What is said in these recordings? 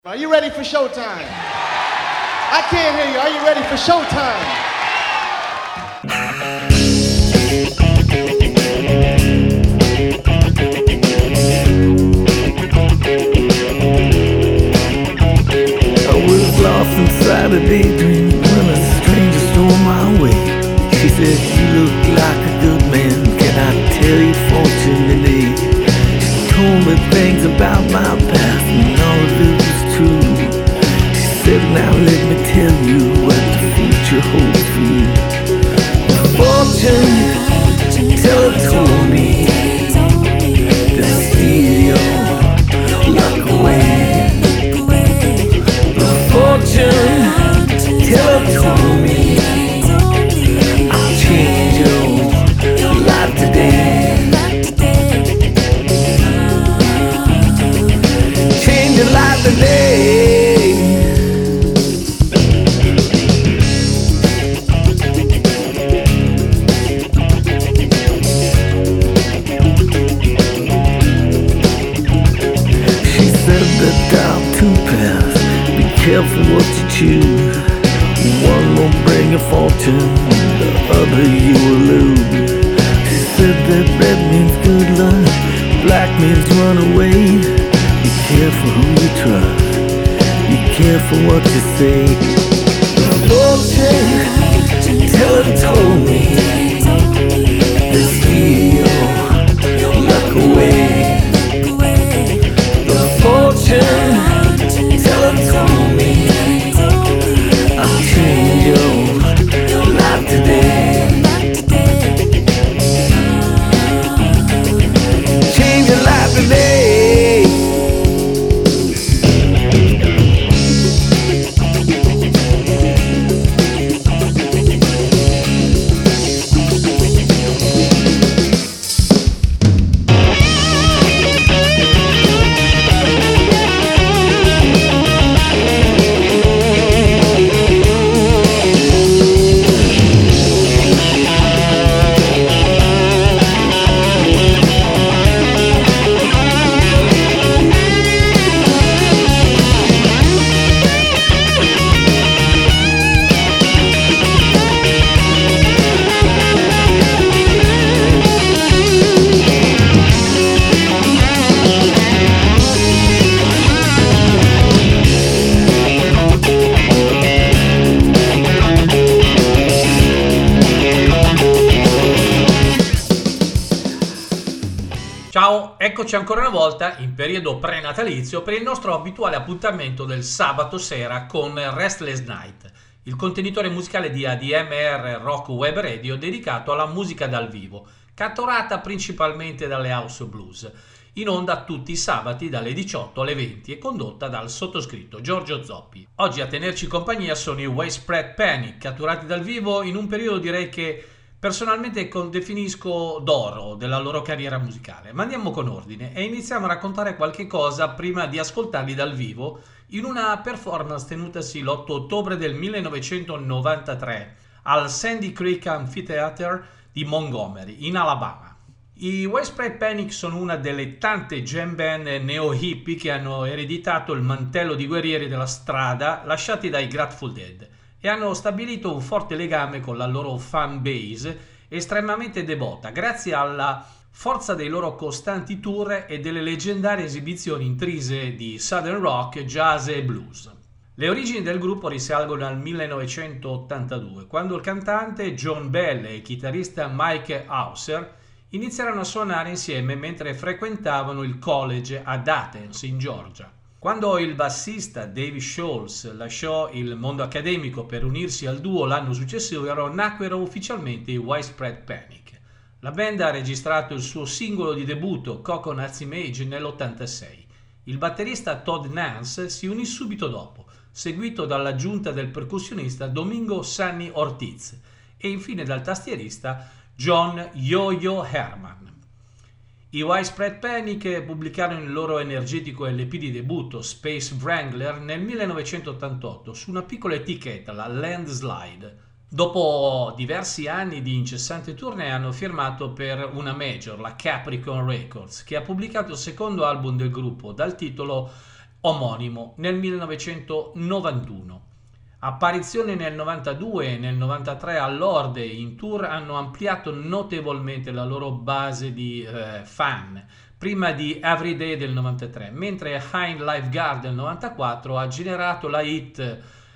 Are you ready for showtime? I can't hear you. Are you ready for showtime? I was lost inside a daydream when a stranger stole my way. She said, "You look like a good man. Can I tell you fortune today?" She told me things about my past and all of it was true. She said, "Now let me tell you what the future holds for you." Fortune teller told me to steal your luck away. Fortune teller told me I'll change your life today. Change your life today. She said the dark to pass. Be careful what you choose. One will bring you fortune, the other you will lose. She said that red means good luck, black means run away. Be careful who you trust, be careful what you say. Fortune teller told me to steal your luck away. The fortune teller told me I'll change your life today. Change your life today. Ciao, eccoci ancora una volta in periodo prenatalizio per il nostro abituale appuntamento del sabato sera con Restless Night, il contenitore musicale di ADMR Rock Web Radio dedicato alla musica dal vivo, catturata principalmente dalle house blues, in onda tutti i sabati dalle 18 alle 20 e condotta dal sottoscritto Giorgio Zoppi. Oggi a tenerci compagnia sono i Widespread Panic, catturati dal vivo in un periodo direi che personalmente definisco d'oro della loro carriera musicale, ma andiamo con ordine e iniziamo a raccontare qualche cosa prima di ascoltarli dal vivo in una performance tenutasi l'8 ottobre del 1993 al Sandy Creek Amphitheater di Montgomery, in Alabama. I Widespread Panic sono una delle tante jam band neo-hippie che hanno ereditato il mantello di guerrieri della strada lasciati dai Grateful Dead e hanno stabilito un forte legame con la loro fan base estremamente devota grazie alla forza dei loro costanti tour e delle leggendarie esibizioni intrise di southern rock, jazz e blues. Le origini del gruppo risalgono al 1982, quando il cantante John Bell e il chitarrista Mike Hauser iniziarono a suonare insieme mentre frequentavano il college ad Athens, in Georgia. Quando il bassista Dave Schultz lasciò il mondo accademico per unirsi al duo l'anno successivo, nacquero ufficialmente i Widespread Panic. La band ha registrato il suo singolo di debutto, Coconut Image, nell'86. Il batterista Todd Nance si unì subito dopo, seguito dall'aggiunta del percussionista Domingo Sunny Ortiz e infine dal tastierista John Yo-Yo Herman. I Widespread Panic pubblicarono il loro energetico LP di debutto Space Wrangler nel 1988 su una piccola etichetta, la Landslide. Dopo diversi anni di incessante tournée hanno firmato per una major, la Capricorn Records, che ha pubblicato il secondo album del gruppo dal titolo omonimo nel 1991. Apparizioni nel 92 e nel 93 all'Orde in tour hanno ampliato notevolmente la loro base di fan, prima di Everyday del 93, mentre High Lifeguard del 94 ha generato la hit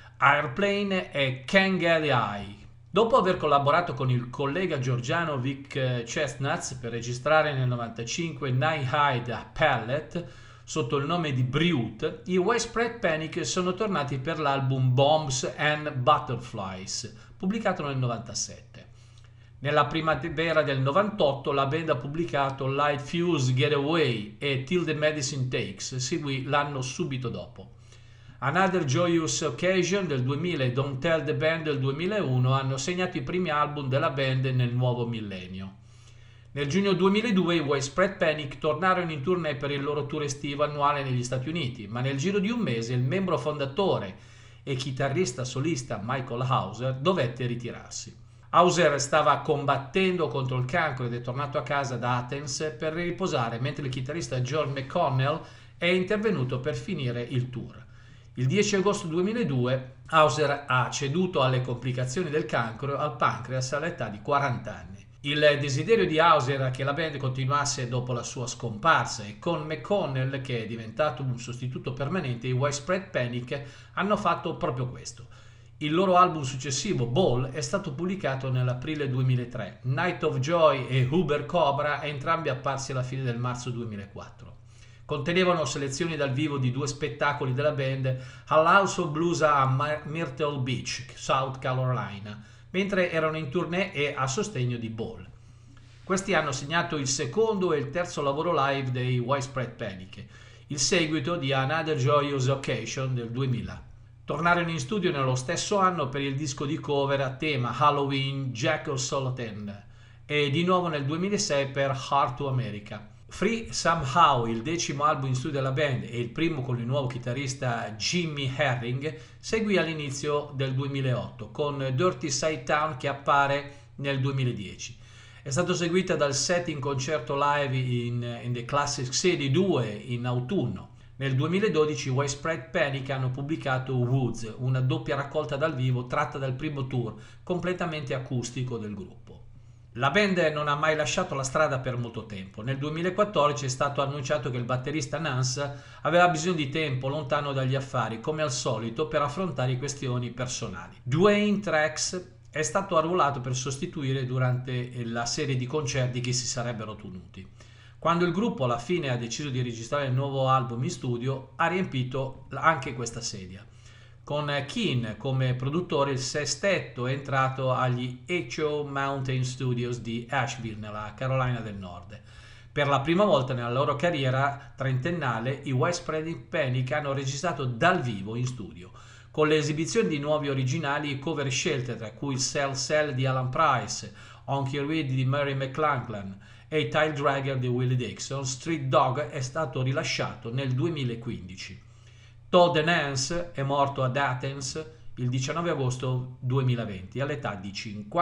Airplane e Can't Get the Eye. Dopo aver collaborato con il collega georgiano Vic Chestnuts per registrare nel 95 Night Hide a Pallet sotto il nome di Brute, i Widespread Panic sono tornati per l'album Bombs and Butterflies, pubblicato nel 97. Nella primavera del 98 la band ha pubblicato Light Fuse Getaway e Till the Medicine Takes, seguì l'anno subito dopo. Another Joyous Occasion del 2000 e Don't Tell the Band del 2001 hanno segnato i primi album della band nel nuovo millennio. Nel giugno 2002 i Widespread Panic tornarono in tournée per il loro tour estivo annuale negli Stati Uniti, ma nel giro di un mese il membro fondatore e chitarrista solista Michael Hauser dovette ritirarsi. Hauser stava combattendo contro il cancro ed è tornato a casa da Athens per riposare, mentre il chitarrista George McConnell è intervenuto per finire il tour. Il 10 agosto 2002 Hauser ha ceduto alle complicazioni del cancro al pancreas all'età di 40 anni. Il desiderio di Hauser era che la band continuasse dopo la sua scomparsa e con McConnell, che è diventato un sostituto permanente, i Widespread Panic hanno fatto proprio questo. Il loro album successivo, Ball, è stato pubblicato nell'aprile 2003. Night of Joy e Uber Cobra, entrambi apparsi alla fine del marzo 2004. Contenevano selezioni dal vivo di 2 spettacoli della band all'House of Blues a Myrtle Beach, South Carolina, mentre erano in tournée e a sostegno di Ball. Questi hanno segnato il secondo e il terzo lavoro live dei Widespread Panic, il seguito di Another Joyous Occasion del 2000. Tornarono in studio nello stesso anno per il disco di cover a tema Halloween Jack O'Sullivan e di nuovo nel 2006 per Heart to America. Free Somehow, il 10° album in studio della band e il primo con il nuovo chitarrista Jimmy Herring, seguì all'inizio del 2008 con Dirty Side Town che appare nel 2010. È stato seguito dal set in concerto live in The Classic City 2 in autunno. Nel 2012 i Widespread Panic hanno pubblicato Woods, una doppia raccolta dal vivo tratta dal primo tour, completamente acustico del gruppo. La band non ha mai lasciato la strada per molto tempo. Nel 2014 è stato annunciato che il batterista Nance aveva bisogno di tempo lontano dagli affari, come al solito, per affrontare questioni personali. Dwayne Trax è stato arruolato per sostituire durante la serie di concerti che si sarebbero tenuti. Quando il gruppo alla fine ha deciso di registrare il nuovo album in studio, ha riempito anche questa sedia. Con Keane come produttore, il sestetto è entrato agli Echo Mountain Studios di Asheville, nella Carolina del Nord. Per la prima volta nella loro carriera trentennale, i Widespread Panic hanno registrato dal vivo in studio, con le esibizioni di nuovi originali e cover scelte, tra cui Cell Cell di Alan Price, Honky Reed di Mary McLachlan e Tile Dragger di Willie Dixon. Street Dog è stato rilasciato nel 2015. Todd Nance è morto ad Athens il 19 agosto 2020 all'età di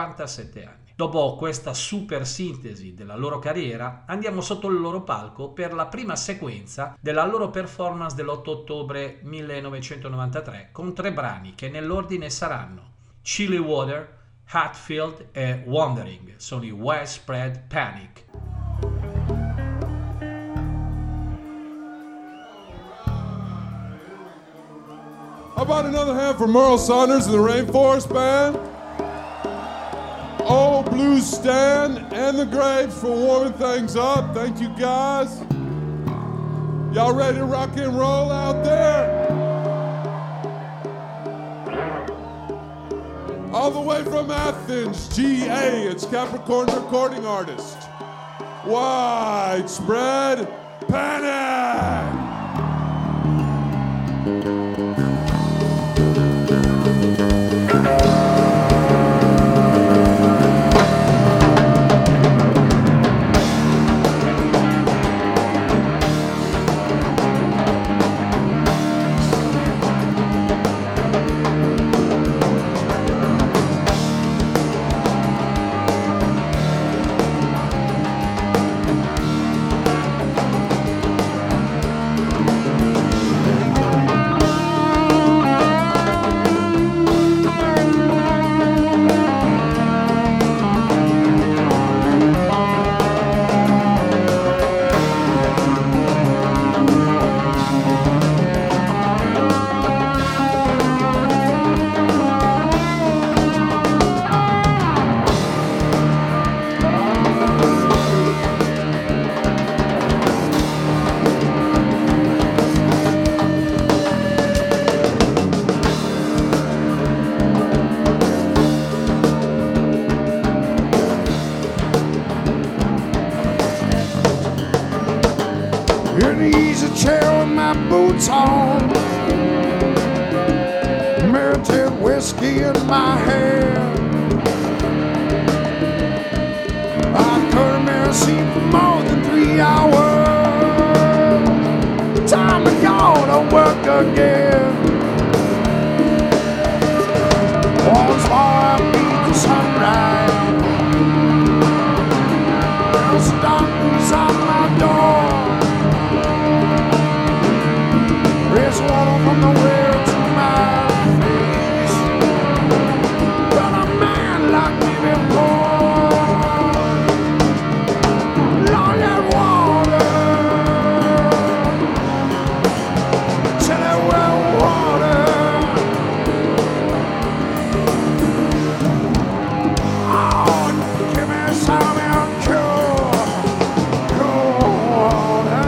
57 anni. Dopo questa super sintesi della loro carriera, andiamo sotto il loro palco per la prima sequenza della loro performance dell'8 ottobre 1993 con 3 brani che nell'ordine saranno Chilly Water, Hatfield e Wandering. Sono i Widespread Panic. How about another hand for Merle Saunders and the Rainforest Band? Old Blues Stan and the Graves for warming things up. Thank you guys. Y'all ready to rock and roll out there? All the way from Athens, GA, it's Capricorn recording artist. Widespread Panic! whiskey in my hand. I couldn't be seen for more than 3 hours. Time to go to work again. Once more I beat the sunrise. There's darkness on my door. There's water from the well to my face. But a man like me before, long and water, till it well water. Oh, give me some cool water.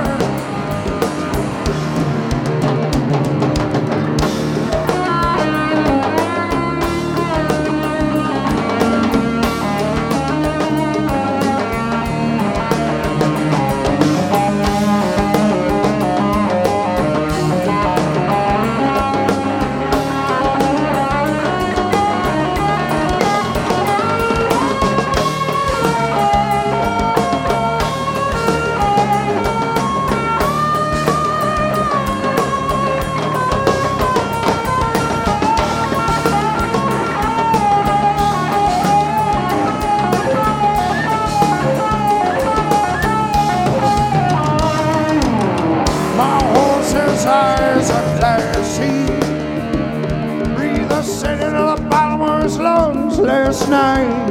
My horse's eyes are glassy. Breathe said into the bottom of his lungs last night.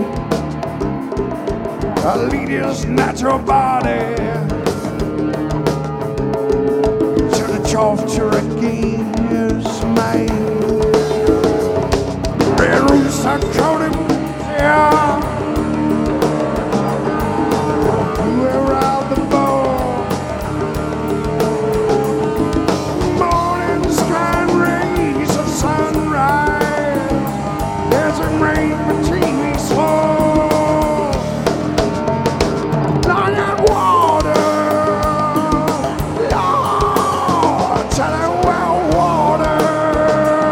I lead his natural body to the trough to regain his mind. Red rooster coated yeah. We're out the ball. Morning sky rays of sunrise. There's a rain between these walls. Long and water, Lord, tell it well water.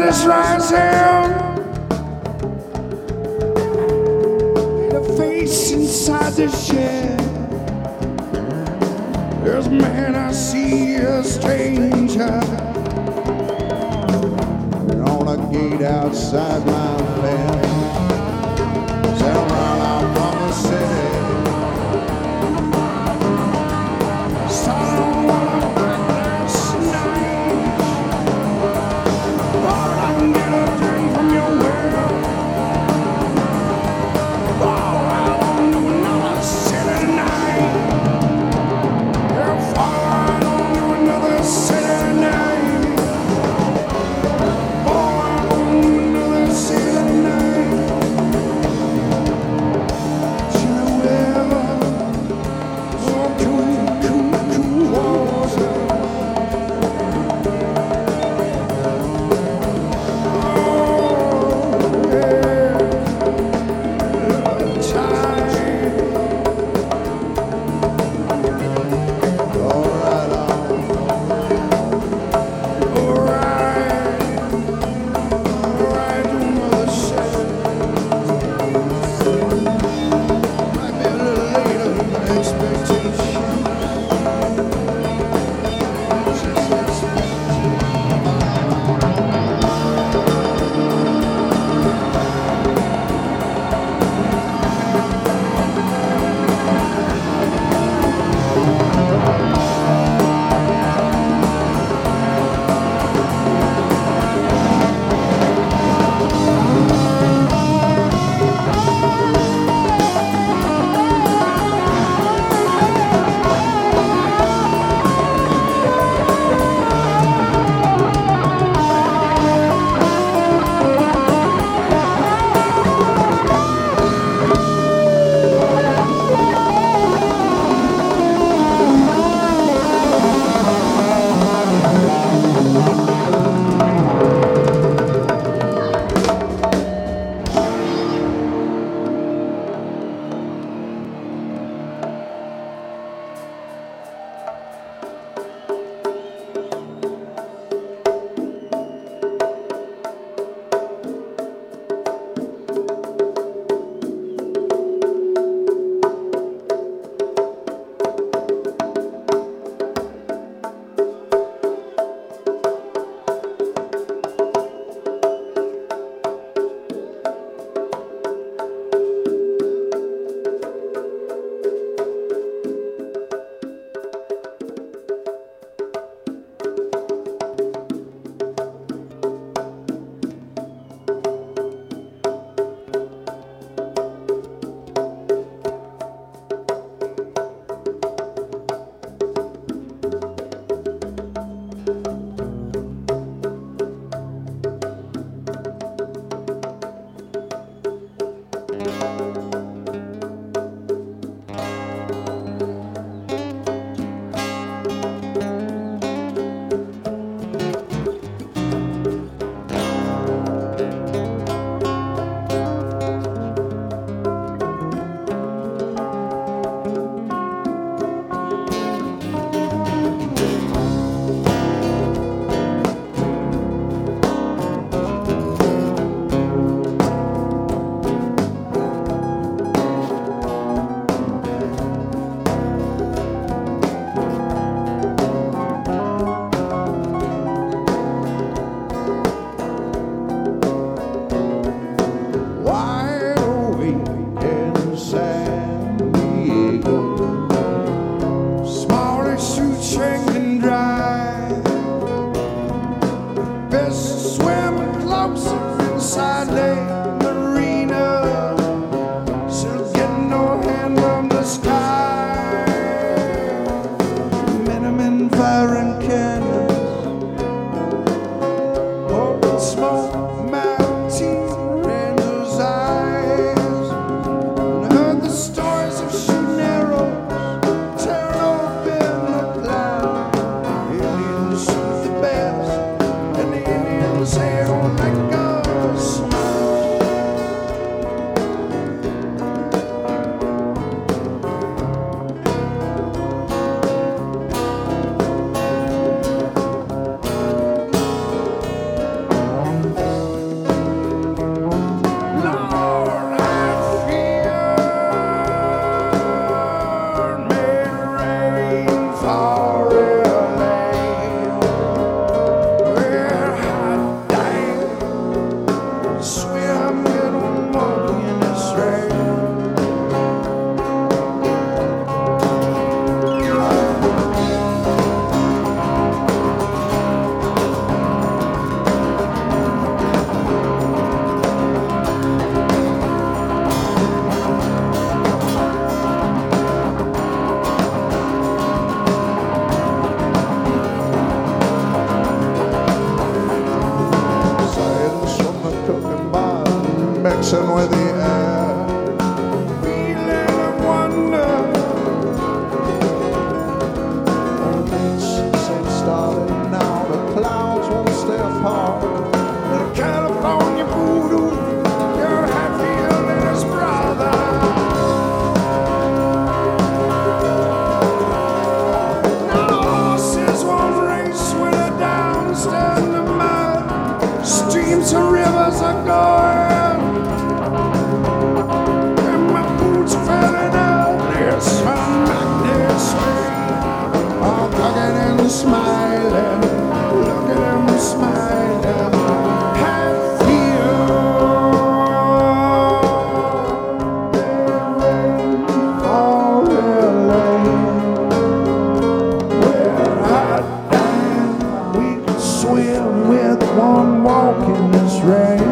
is rising. The face inside the shed. There's a man I see, a stranger. And on a gate outside my bed. Sail right out from the city. City night. mixing with the air. Feeling of wonder. On the beach, since starting now, the clouds won't stay apart. The California voodoo, your Hatfield and his brother. Now the horses won't race with a downstairs in the mud. Streams and rivers are going, and my boots falling out. There's some back there swing, all hugging and smiling. Look at them smiling. Hatfield, all LA, where I died. We could swim with one walk in this rain.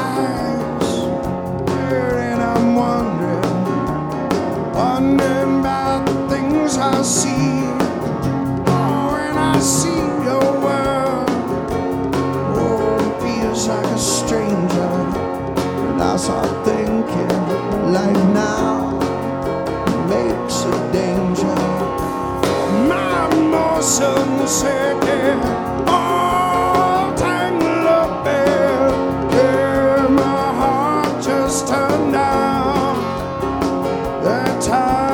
eyes, and I'm wondering about the things I see. Oh, and I see your world, oh, it feels like a stranger. And I start thinking, life now makes a danger. My emotions sinking, all tangled up in, yeah, my heart just turned down that time.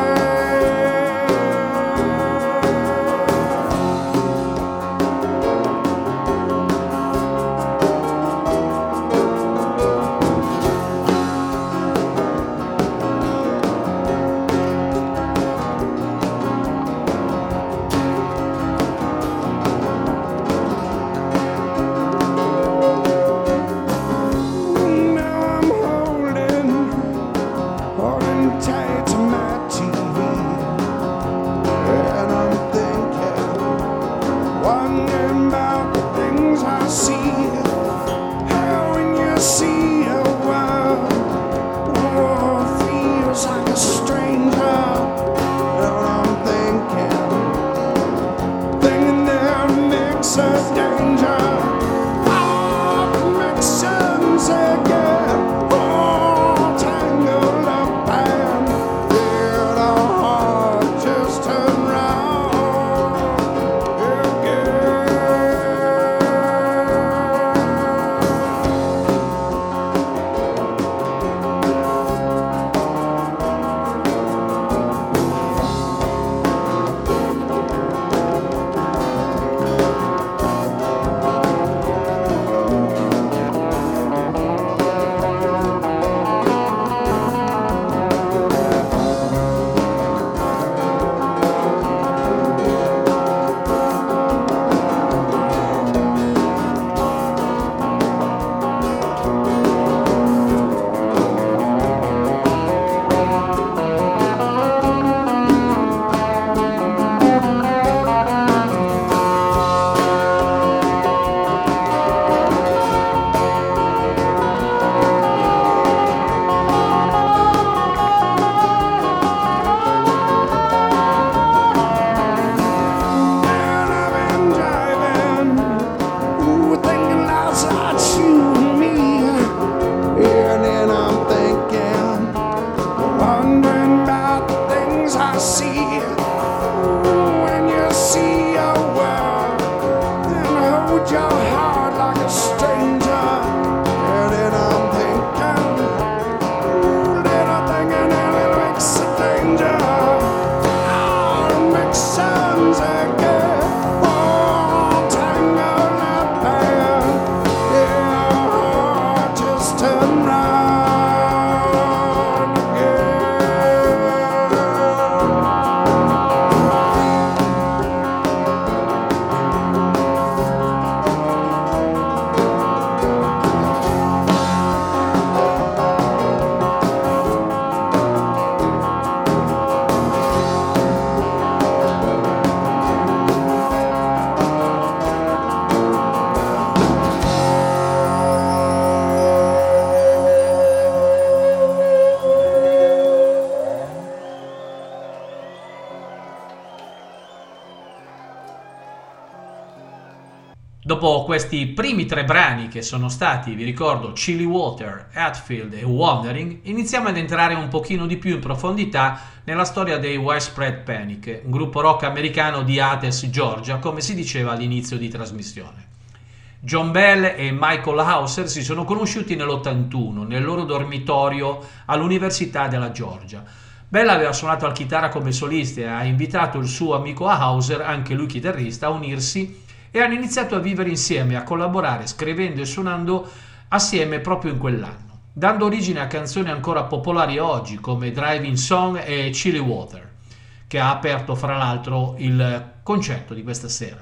Dopo questi primi tre brani che sono stati, vi ricordo, Chilly Water, Hatfield e Wandering, iniziamo ad entrare un pochino di più in profondità nella storia dei Widespread Panic, un gruppo rock americano di Athens, Georgia, come si diceva all'inizio di trasmissione. John Bell e Michael Hauser si sono conosciuti nell'81 nel loro dormitorio all'Università della Georgia. Bell aveva suonato la chitarra come solista e ha invitato il suo amico Hauser, anche lui chitarrista, a unirsi e hanno iniziato a vivere insieme, a collaborare, scrivendo e suonando assieme proprio in quell'anno, dando origine a canzoni ancora popolari oggi come Driving Song e Chilly Water, che ha aperto fra l'altro il concerto di questa sera.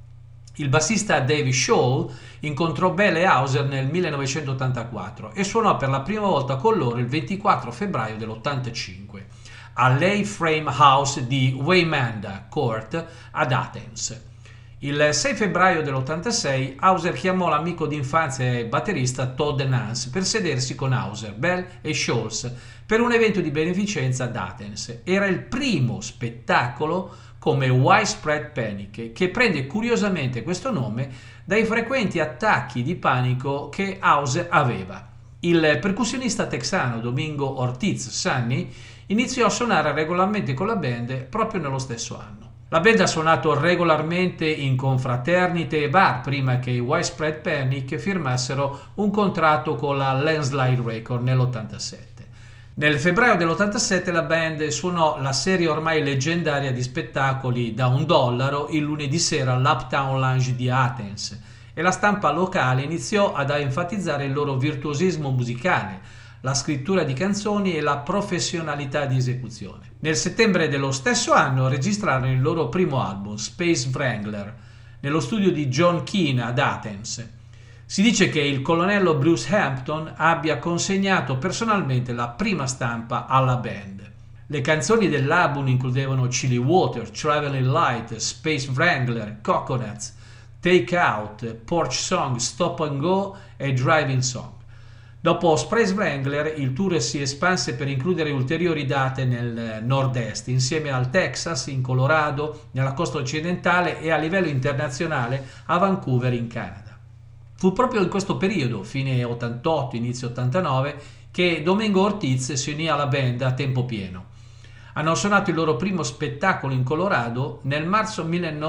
Il bassista Dave Shaw incontrò Bell e Hauser nel 1984 e suonò per la prima volta con loro il 24 febbraio dell'85 all'A-Frame House di Waymanda Court ad Athens. Il 6 febbraio dell'86 Hauser chiamò l'amico d'infanzia e batterista Todd Nance per sedersi con Hauser, Bell e Scholz per un evento di beneficenza ad Athens. Era il primo spettacolo come Widespread Panic, che prende curiosamente questo nome dai frequenti attacchi di panico che Hauser aveva. Il percussionista texano Domingo Ortiz Sunny iniziò a suonare regolarmente con la band proprio nello stesso anno. La band ha suonato regolarmente in confraternite e bar prima che i Widespread Panic firmassero un contratto con la Landslide Record nell'87. Nel febbraio dell'87 la band suonò la serie ormai leggendaria di spettacoli da $1 il lunedì sera all'Uptown Lounge di Athens e la stampa locale iniziò ad enfatizzare il loro virtuosismo musicale, la scrittura di canzoni e la professionalità di esecuzione. Nel settembre dello stesso anno registrarono il loro primo album, Space Wrangler, nello studio di John Keane ad Athens. Si dice che il colonnello Bruce Hampton abbia consegnato personalmente la prima stampa alla band. Le canzoni dell'album includevano Chilly Water, Traveling Light, Space Wrangler, Coconuts, Take Out, Porch Song, Stop and Go e Driving Song. Dopo Space Wrangler il tour si espanse per includere ulteriori date nel nord-est, insieme al Texas, in Colorado, nella costa occidentale e a livello internazionale a Vancouver in Canada. Fu proprio in questo periodo, fine 88, inizio 89, che Domingo Ortiz si unì alla band a tempo pieno. Hanno suonato il loro primo spettacolo in Colorado nel marzo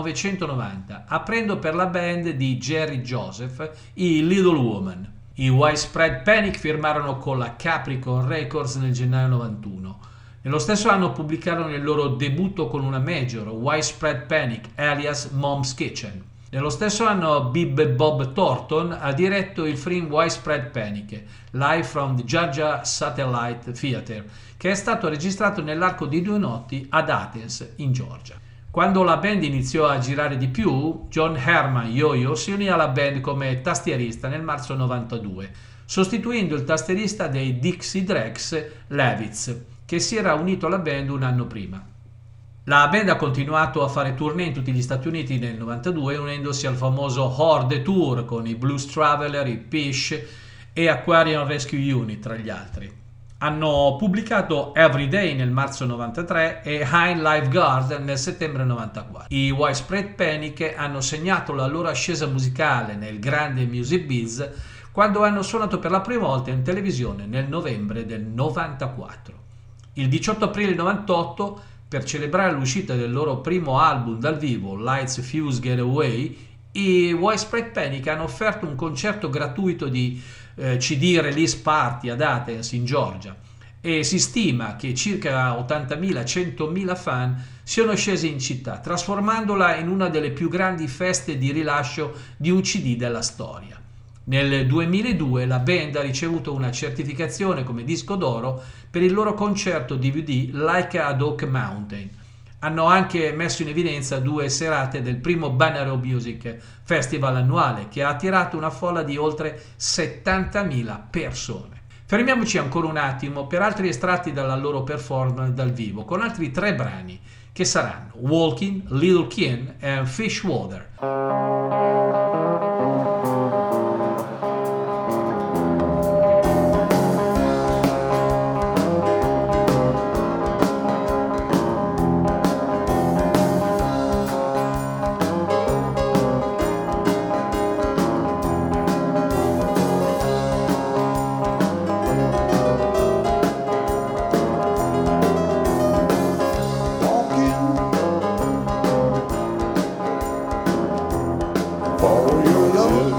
1990, aprendo per la band di Jerry Joseph, i Little Woman. I Widespread Panic firmarono con la Capricorn Records nel gennaio 91. Nello stesso anno pubblicarono il loro debutto con una major, Widespread Panic, alias Mom's Kitchen. Nello stesso anno Bib Bob Thornton ha diretto il film Widespread Panic, live from the Georgia Satellite Theatre, che è stato registrato nell'arco di 2 notti ad Athens, in Georgia. Quando la band iniziò a girare di più, John Herman Yo-Yo si unì alla band come tastierista nel marzo 92, sostituendo il tastierista dei Dixie Dregs, Levitz, che si era unito alla band un anno prima. La band ha continuato a fare tournée in tutti gli Stati Uniti nel 92, unendosi al famoso Horde Tour con i Blues Traveler, i Phish e Aquarium Rescue Unit tra gli altri. Hanno pubblicato Everyday nel marzo 93 e High Lifeguard nel settembre 94. I Widespread Panic hanno segnato la loro ascesa musicale nel grande music biz quando hanno suonato per la prima volta in televisione nel novembre del 94. Il 18 aprile 98, per celebrare l'uscita del loro primo album dal vivo, Lights Fuse Getaway, i Widespread Panic hanno offerto un concerto gratuito di CD release party ad Athens in Georgia e si stima che circa 80.000-100.000 fan siano scesi in città, trasformandola in una delle più grandi feste di rilascio di un CD della storia. Nel 2002 la band ha ricevuto una certificazione come disco d'oro per il loro concerto DVD Like ad Oak Mountain. Hanno anche messo in evidenza 2 serate del primo Bonnaroo Music Festival annuale, che ha attirato una folla di oltre 70.000 persone. Fermiamoci ancora un attimo per altri estratti dalla loro performance dal vivo, con altri 3 brani, che saranno Walking, Little Kin e Fish Water. Follow your love.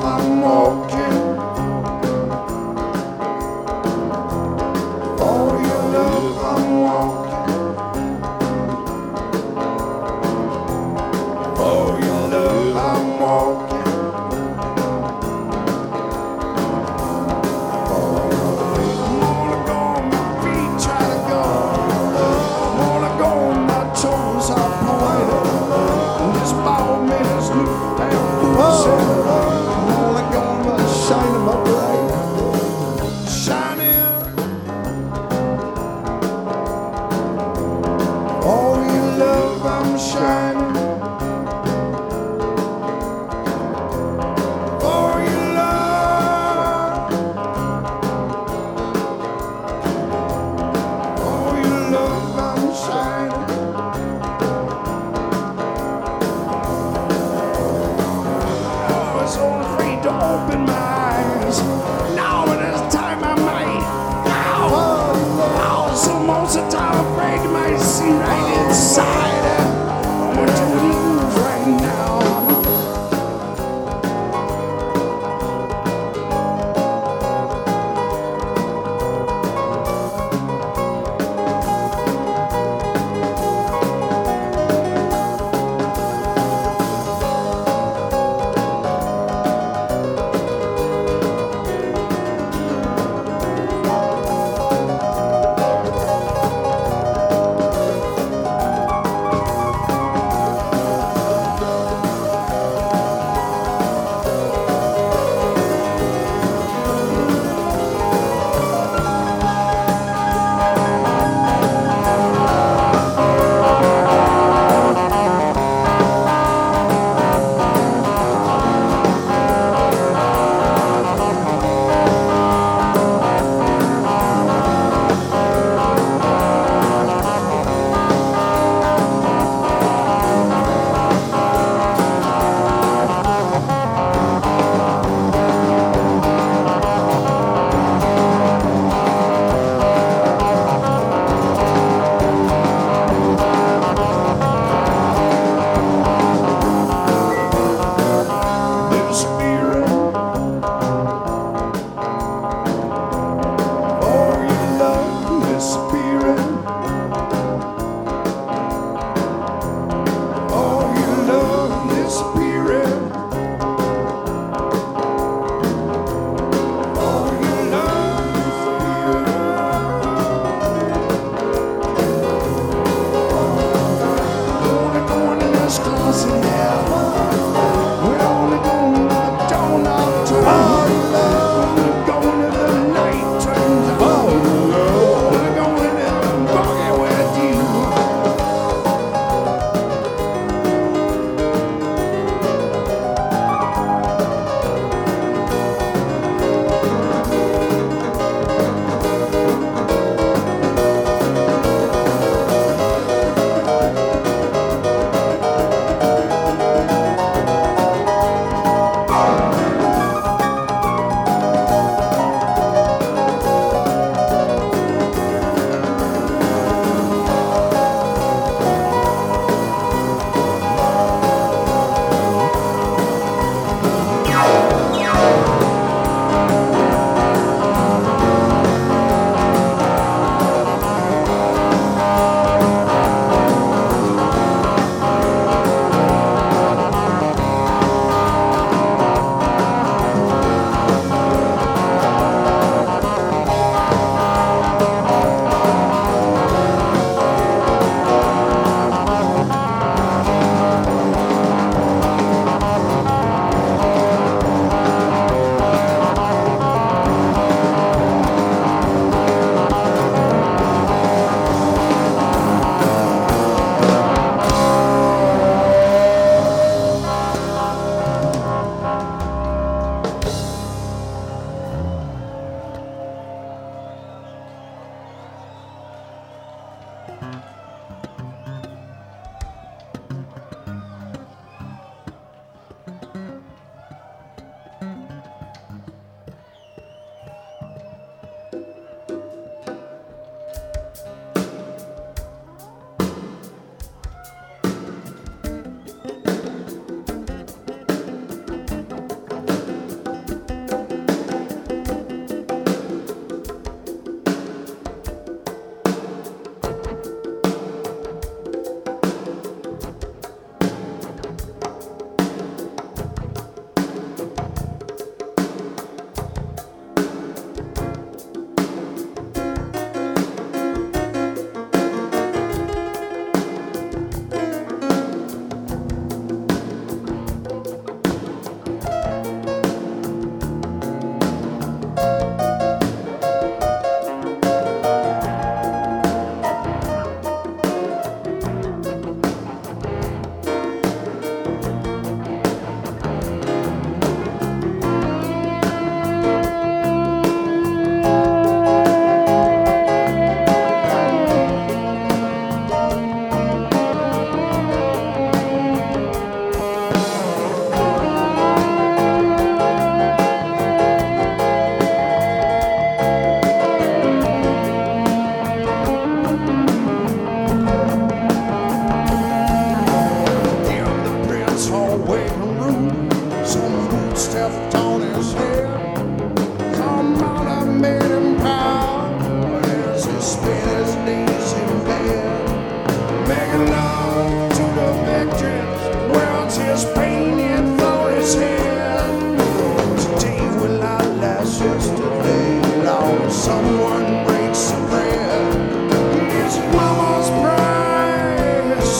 someone breaks the bread. It's mama's price.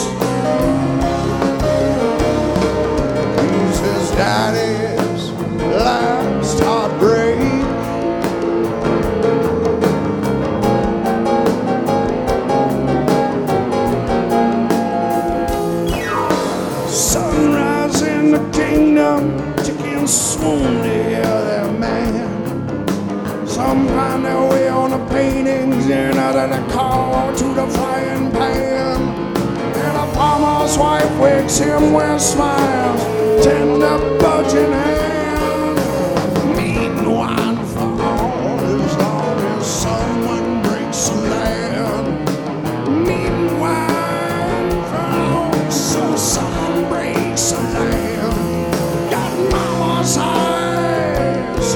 He's his daddy's last heartbreak. Sunrise in the kingdom, chickens swoon to hear their man. Some find their way on the paintings, and others they call to the frying pan. And a farmer's wife wakes him with smiles, tender budging hand. Meanwhile, for all as long as someone breaks the land. Meanwhile, for all so someone breaks the land. Got mama's eyes.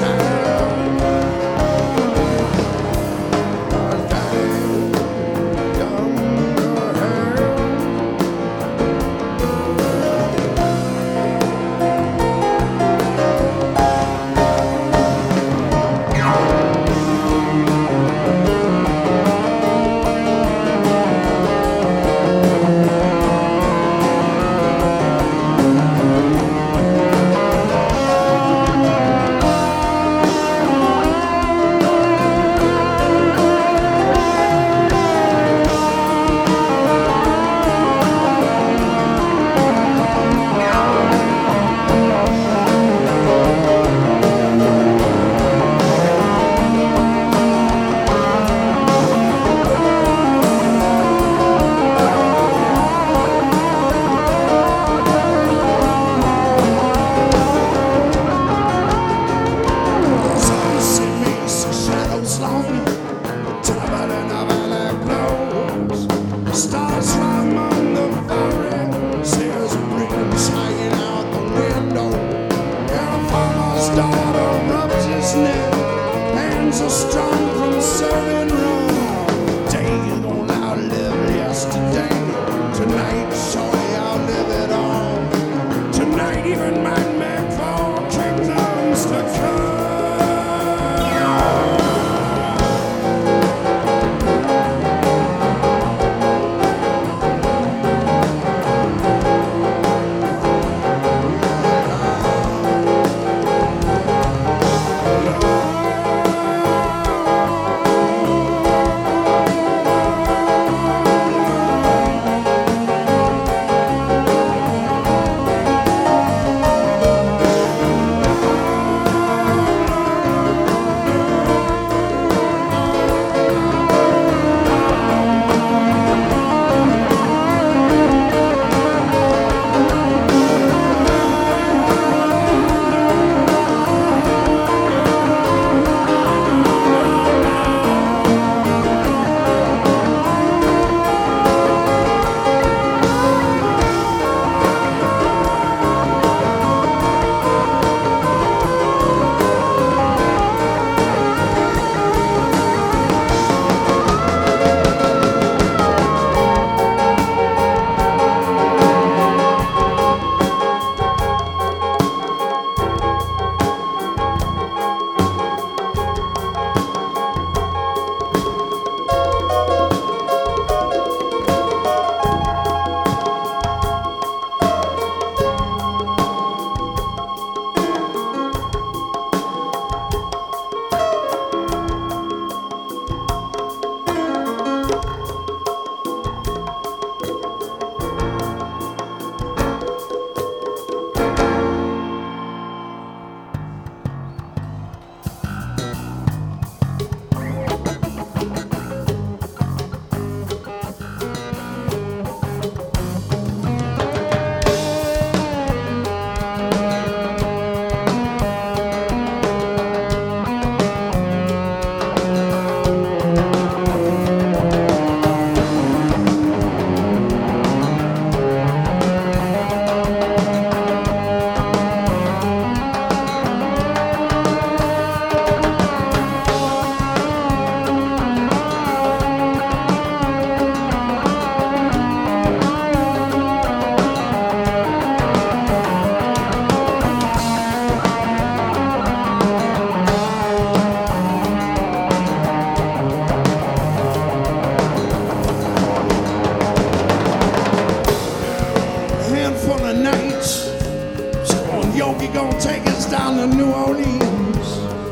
to New Orleans.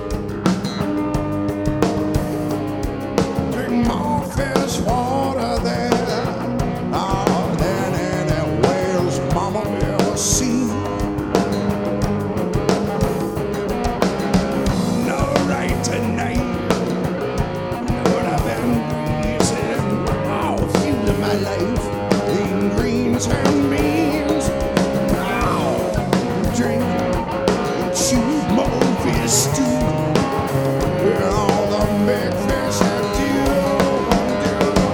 Drink more fresh water there, than any whale's mama ever seen. No right tonight, but I've been breezing all through my life, eating greens and beans. Now drink and chew more fish stew, with all the big fish I do.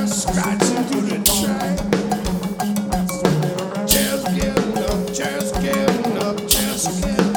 scratching through the track. Just getting up, just getting up, just getting up.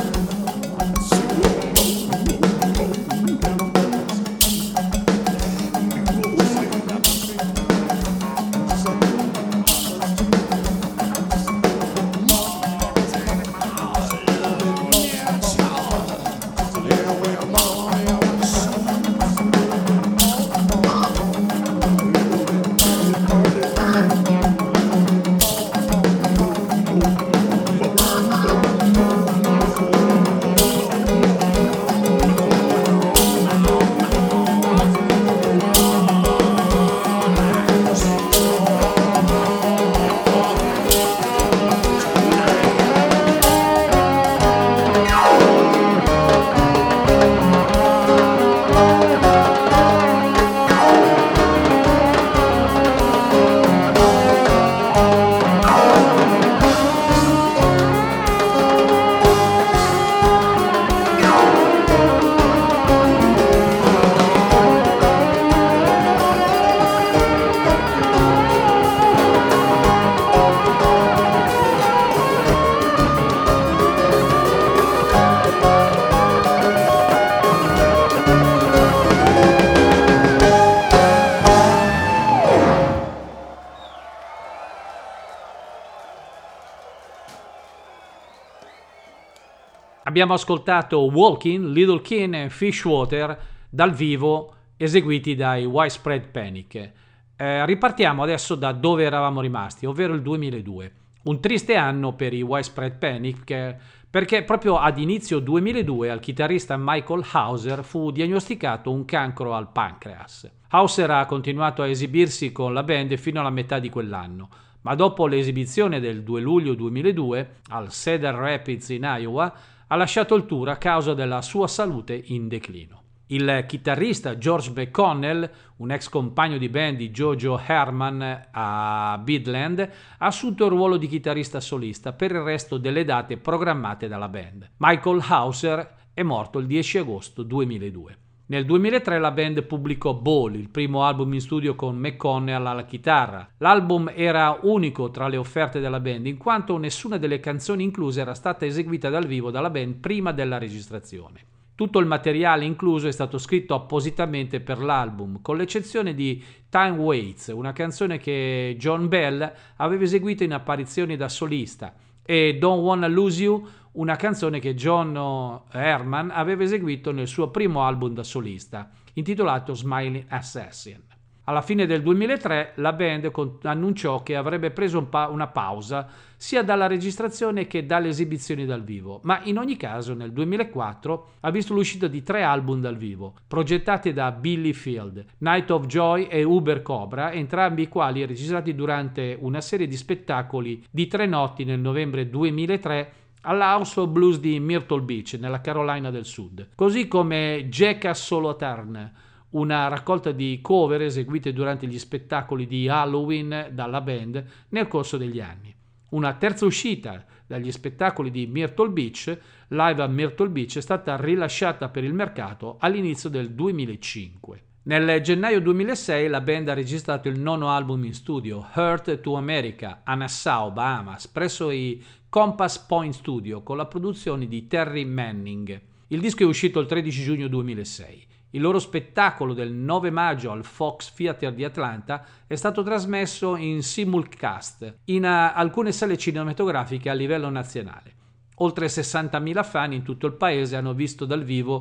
Abbiamo ascoltato Walking, Little Kin e Fishwater dal vivo eseguiti dai Widespread Panic. Ripartiamo adesso da dove eravamo rimasti, ovvero il 2002. Un triste anno per i Widespread Panic perché proprio ad inizio 2002 al chitarrista Michael Hauser fu diagnosticato un cancro al pancreas. Hauser ha continuato a esibirsi con la band fino alla metà di quell'anno, ma dopo l'esibizione del 2 luglio 2002 al Cedar Rapids in Iowa ha lasciato il tour a causa della sua salute in declino. Il chitarrista George McConnell, un ex compagno di band di Jojo Herman a Bidland, ha assunto il ruolo di chitarrista solista per il resto delle date programmate dalla band. Michael Hauser è morto il 10 agosto 2002. Nel 2003 la band pubblicò Ball, il primo album in studio con McConnell alla chitarra. L'album era unico tra le offerte della band in quanto nessuna delle canzoni incluse era stata eseguita dal vivo dalla band prima della registrazione. Tutto il materiale incluso è stato scritto appositamente per l'album, con l'eccezione di Time Waits, una canzone che John Bell aveva eseguito in apparizioni da solista, e Don't Wanna Lose You, una canzone che John Herman aveva eseguito nel suo primo album da solista, intitolato Smiling Assassin. Alla fine del 2003 la band annunciò che avrebbe preso una pausa sia dalla registrazione che dalle esibizioni dal vivo, ma in ogni caso nel 2004 ha visto l'uscita di 3 album dal vivo, progettati da Billy Field, Night of Joy e Uber Cobra, entrambi i quali registrati durante una serie di spettacoli di 3 notti nel novembre 2003 all'House of Blues di Myrtle Beach, nella Carolina del Sud, così come Jackass Solo Turn, una raccolta di cover eseguite durante gli spettacoli di Halloween dalla band nel corso degli anni. Una terza uscita dagli spettacoli di Myrtle Beach, Live a Myrtle Beach, è stata rilasciata per il mercato all'inizio del 2005. Nel gennaio 2006 la band ha registrato il 9º album in studio, Heart to America, a Nassau, Bahamas, presso i Compass Point Studio con la produzione di Terry Manning. Il disco è uscito il 13 giugno 2006. Il loro spettacolo del 9 maggio al Fox Theater di Atlanta è stato trasmesso in simulcast in alcune sale cinematografiche a livello nazionale. Oltre 60.000 fan in tutto il paese hanno visto dal vivo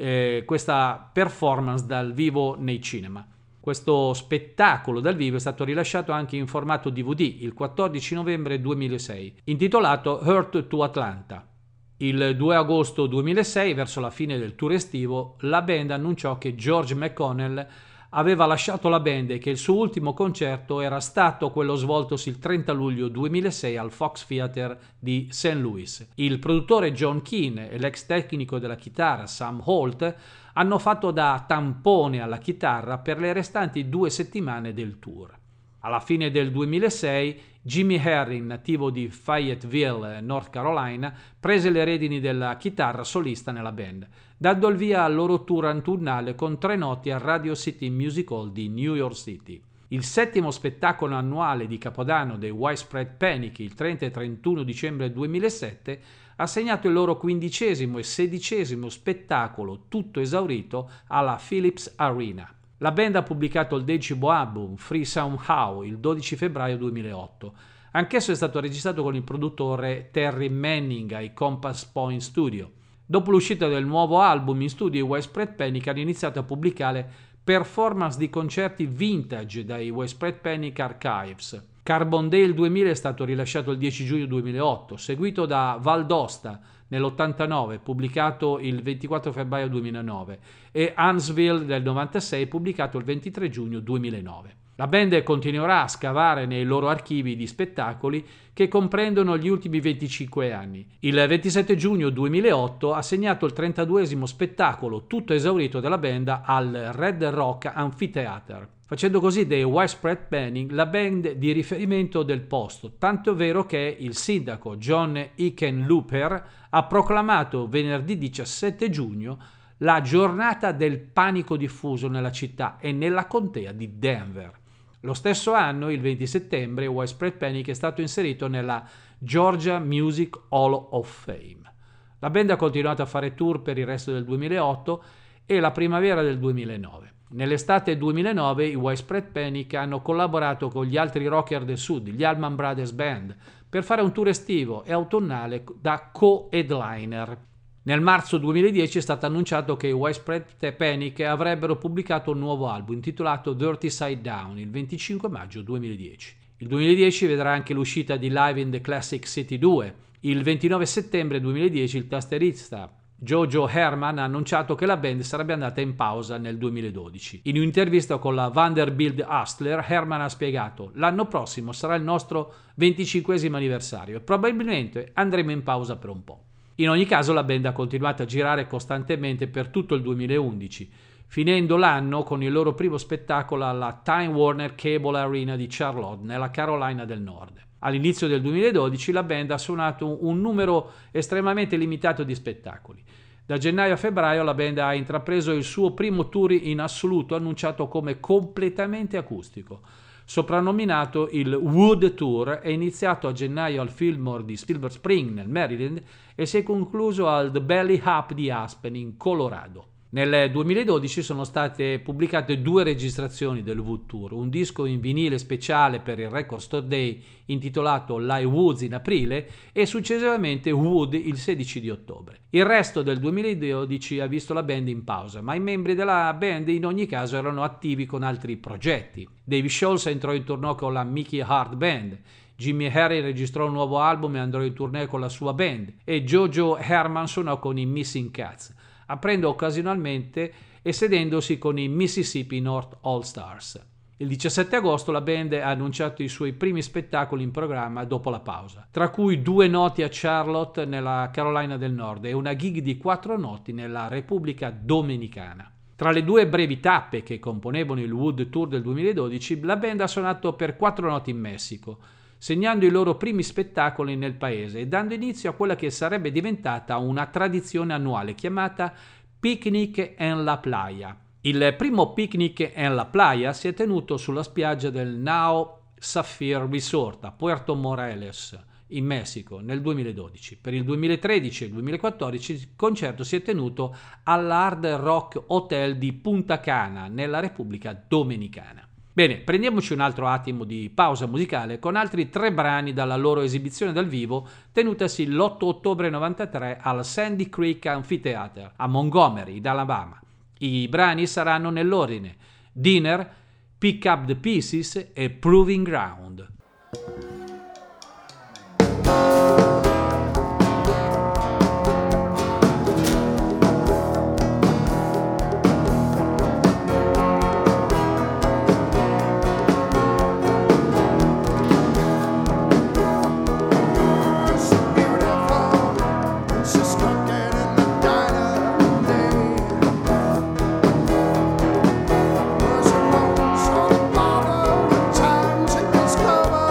questa performance dal vivo nei cinema. Questo spettacolo dal vivo è stato rilasciato anche in formato DVD il 14 novembre 2006, intitolato Heart to Atlanta. Il 2 agosto 2006, verso la fine del tour estivo, la band annunciò che George McConnell aveva lasciato la band e che il suo ultimo concerto era stato quello svoltosi il 30 luglio 2006 al Fox Theater di St. Louis. Il produttore John Keane e l'ex tecnico della chitarra Sam Holt hanno fatto da tampone alla chitarra per le restanti 2 settimane del tour. Alla fine del 2006 Jimmy Herring, nativo di Fayetteville, North Carolina, prese le redini della chitarra solista nella band, dando il via al loro tour autunnale con 3 notti al Radio City Music Hall di New York City. Il 7° spettacolo annuale di Capodanno dei Widespread Panic, il 30 e 31 dicembre 2007, ha segnato il loro 15° e 16° spettacolo tutto esaurito alla Philips Arena. La band ha pubblicato il 10° album, Free Somehow, il 12 febbraio 2008. Anch'esso è stato registrato con il produttore Terry Manning ai Compass Point Studio. Dopo l'uscita del nuovo album in studio, i Widespread Panic hanno iniziato a pubblicare performance di concerti vintage dai Widespread Panic Archives. Carbondale 2000 è stato rilasciato il 10 giugno 2008, seguito da Valdosta nell'89, pubblicato il 24 febbraio 2009, e Huntsville del 96, pubblicato il 23 giugno 2009. La band continuerà a scavare nei loro archivi di spettacoli che comprendono gli ultimi 25 anni. Il 27 giugno 2008 ha segnato il 32° spettacolo tutto esaurito della band al Red Rock Amphitheater, facendo così dei Widespread Panic la band di riferimento del posto, tanto è vero che il sindaco John Hickenlooper ha proclamato venerdì 17 giugno la giornata del panico diffuso nella città e nella contea di Denver. Lo stesso anno, il 20 settembre, Widespread Panic è stato inserito nella Georgia Music Hall of Fame. La band ha continuato a fare tour per il resto del 2008 e la primavera del 2009. Nell'estate 2009 i Widespread Panic hanno collaborato con gli altri rocker del sud, gli Allman Brothers Band, per fare un tour estivo e autunnale da co-headliner. Nel marzo 2010 è stato annunciato che i Widespread Panic avrebbero pubblicato un nuovo album intitolato Dirty Side Down il 25 maggio 2010. Il 2010 vedrà anche l'uscita di Live in the Classic City 2. Il 29 settembre 2010 il tastierista Jojo Herman ha annunciato che la band sarebbe andata in pausa nel 2012. In un'intervista con la Vanderbilt Hustler, Herman ha spiegato: l'anno prossimo sarà il nostro 25° anniversario e probabilmente andremo in pausa per un po'. In ogni caso la band ha continuato a girare costantemente per tutto il 2011, finendo l'anno con il loro primo spettacolo alla Time Warner Cable Arena di Charlotte, nella Carolina del Nord. All'inizio del 2012 la band ha suonato un numero estremamente limitato di spettacoli. Da gennaio a febbraio la band ha intrapreso il suo primo tour in assoluto, annunciato come completamente acustico. Soprannominato il Wood Tour, è iniziato a gennaio al Fillmore di Silver Spring nel Maryland e si è concluso al The Belly Up di Aspen in Colorado. Nel 2012 sono state pubblicate 2 registrazioni del Wood Tour, un disco in vinile speciale per il Record Store Day intitolato Live Woods in aprile e successivamente Wood il 16 di ottobre. Il resto del 2012 ha visto la band in pausa, ma i membri della band in ogni caso erano attivi con altri progetti. Dave Schultz entrò in tournée con la Mickey Hart Band, Jimmy Harry registrò un nuovo album e andrò in tournée con la sua band e Jojo Herman suonò con i Missing Cats, aprendo occasionalmente e sedendosi con i Mississippi North All Stars. Il 17 agosto la band ha annunciato i suoi primi spettacoli in programma dopo la pausa, tra cui 2 notti a Charlotte nella Carolina del Nord e una gig di 4 notti nella Repubblica Dominicana. Tra le 2 brevi tappe che componevano il Wood Tour del 2012, la band ha suonato per 4 notti in Messico, segnando i loro primi spettacoli nel paese e dando inizio a quella che sarebbe diventata una tradizione annuale chiamata Picnic en la Playa. Il primo Picnic en la Playa si è tenuto sulla spiaggia del Now Sapphire Resort a Puerto Morelos, in Messico, nel 2012. Per il 2013 e il 2014 il concerto si è tenuto all'Hard Rock Hotel di Punta Cana, nella Repubblica Dominicana. Bene, prendiamoci un altro attimo di pausa musicale con altri 3 brani dalla loro esibizione dal vivo tenutasi l'8 ottobre 93 al Sandy Creek Amphitheater a Montgomery, in Alabama. I brani saranno nell'ordine: Dinner, Pick Up the Pieces e Proving Ground. Discover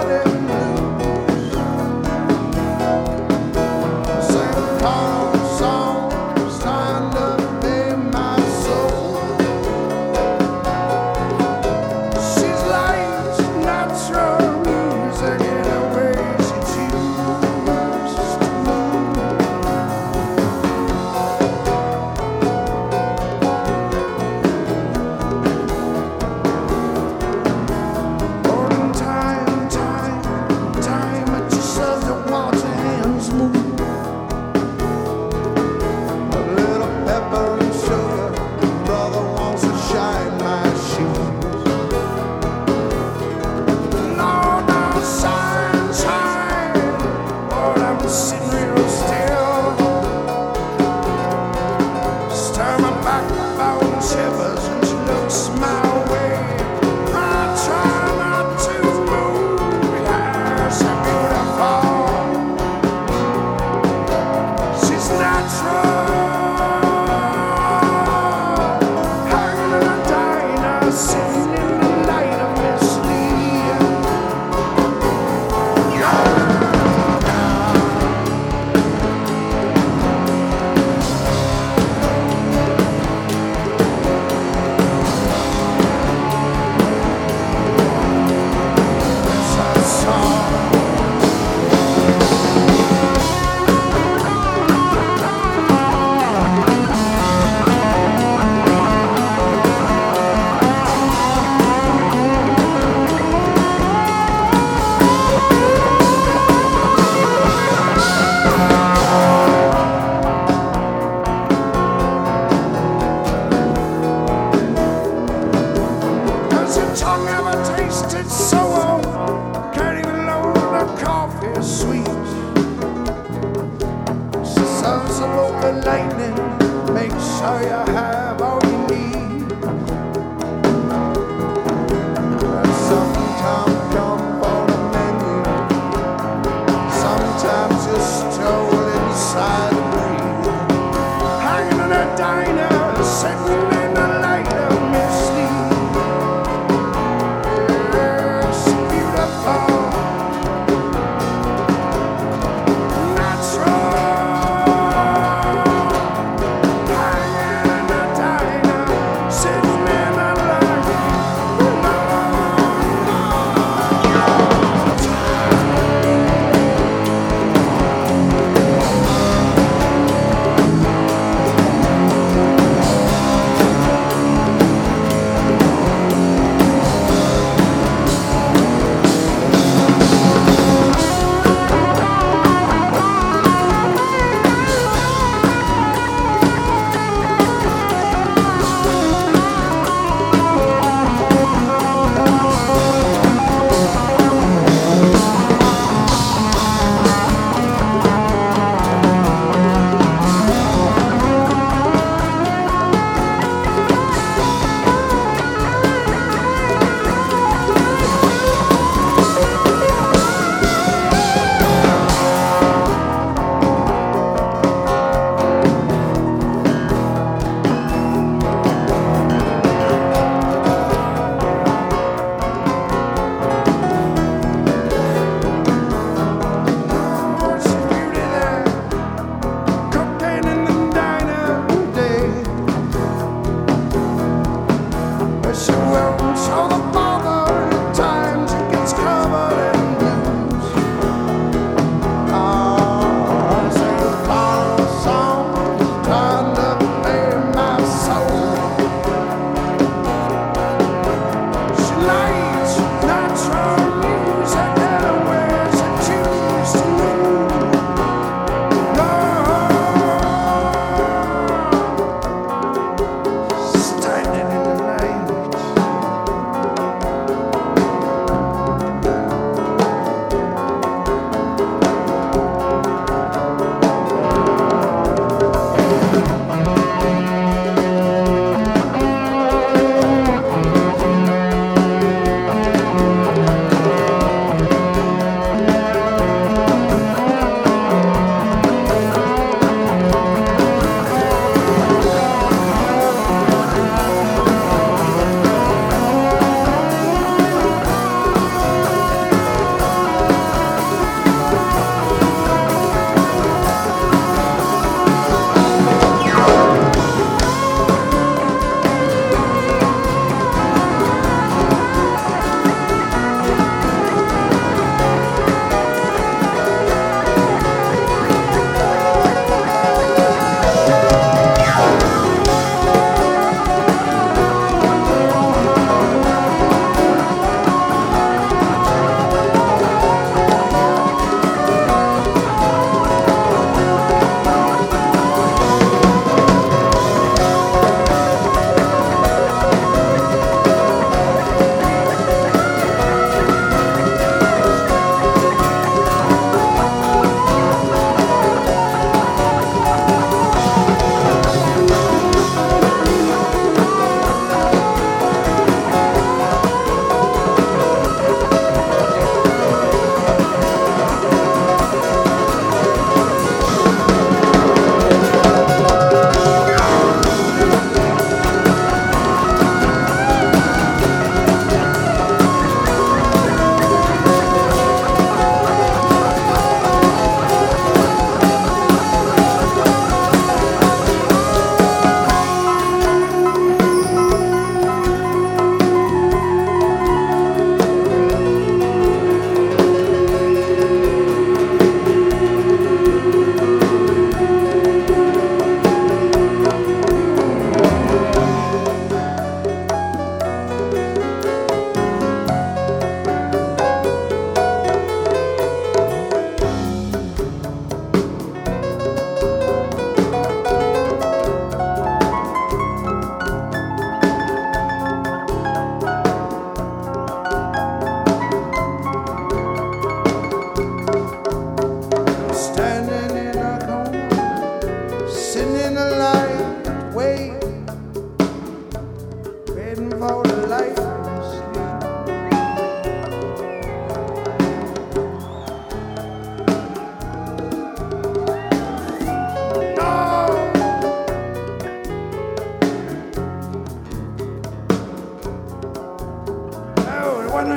so old, can't even load a coffee sweet. She says about the lightning, make sure you have all you need. And sometimes come for the menu, sometimes just stroll inside the breeze. Hanging in a diner, sitting in the light of misty. Yes,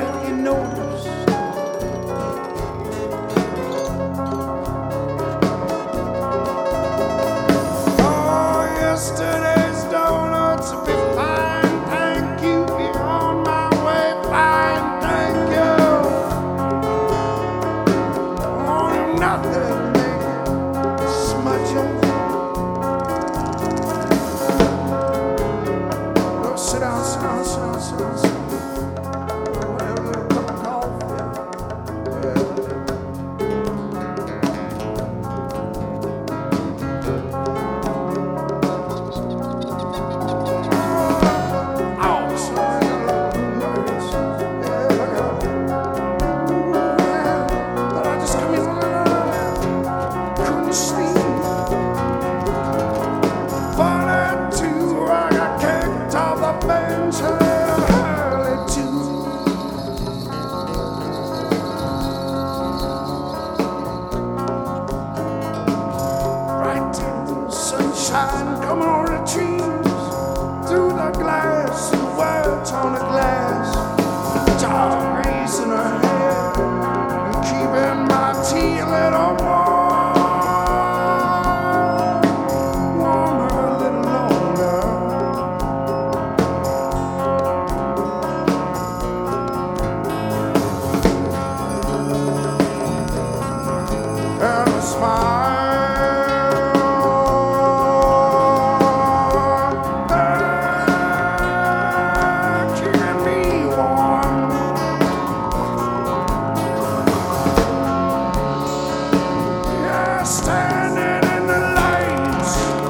that you notice. Oh, yesterday's donuts will be fine, thank you. You're on my way, fine, thank you. Oh, nothing, nigga, smudge your. Go sit down, sit down, sit down, sit down, sit down. Whatever, a cup of coffee. Oh, sorry, nervous. Yeah, look at her. Yeah, but I just come in, couldn't sleep. But at 2, I got kicked off the bench early too. Right in the sunshine coming on the trees, through the glass, the words on the glass, dark rays in her hair, and keeping my tea a little warmer a little longer. And a smile, keeping me warm. Yeah, standing in the lights,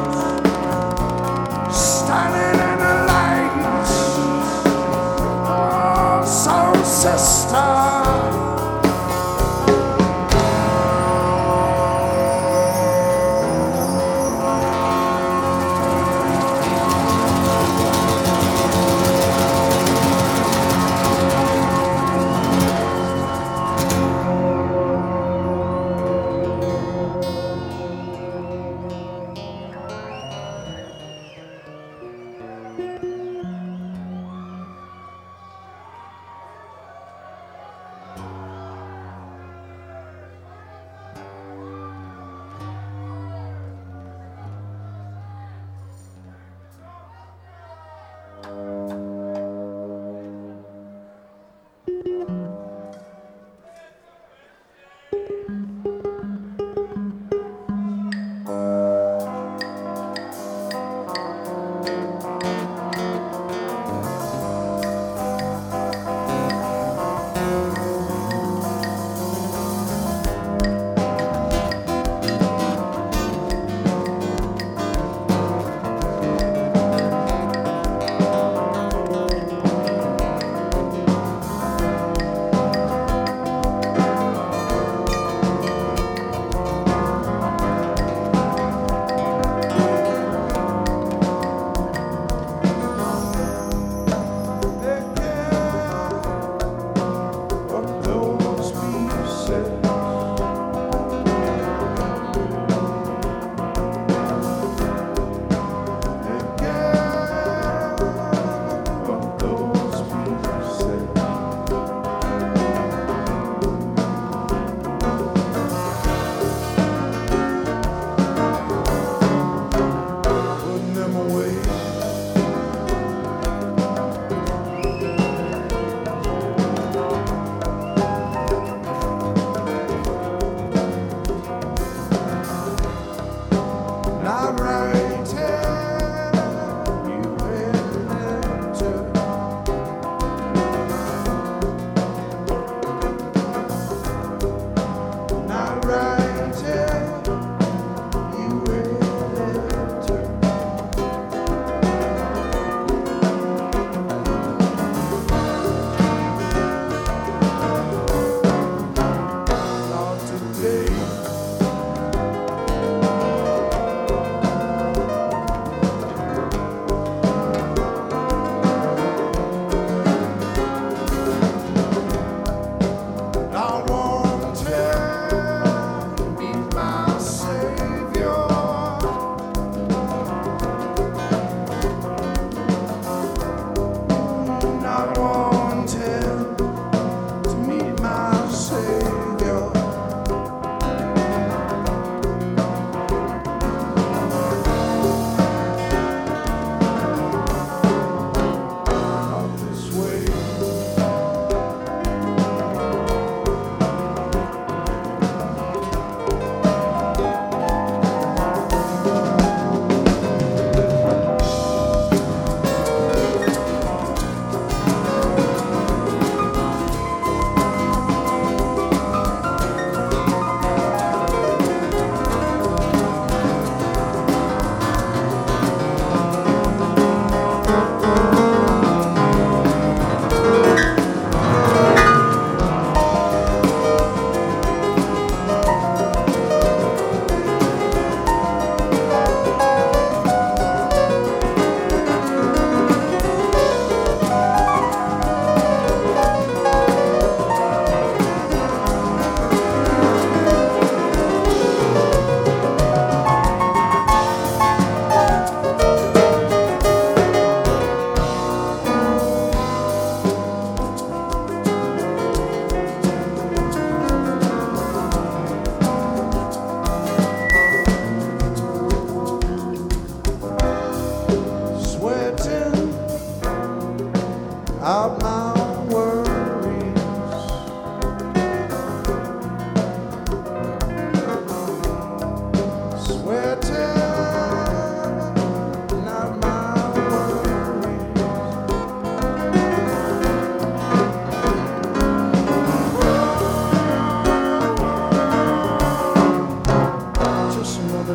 standing in the lights. Oh, soul sister.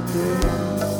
day.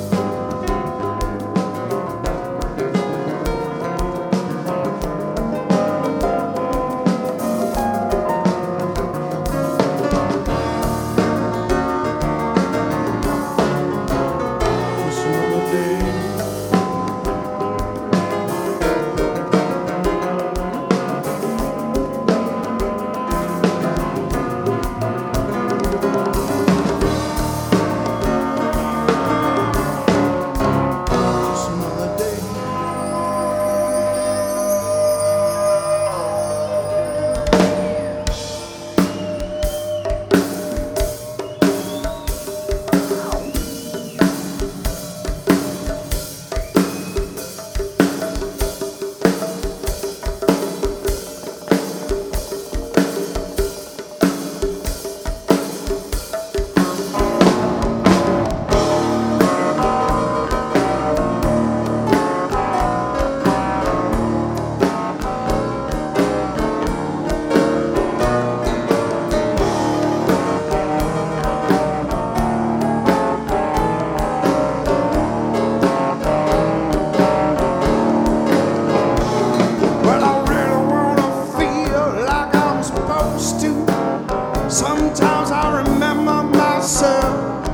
Sometimes I remember myself.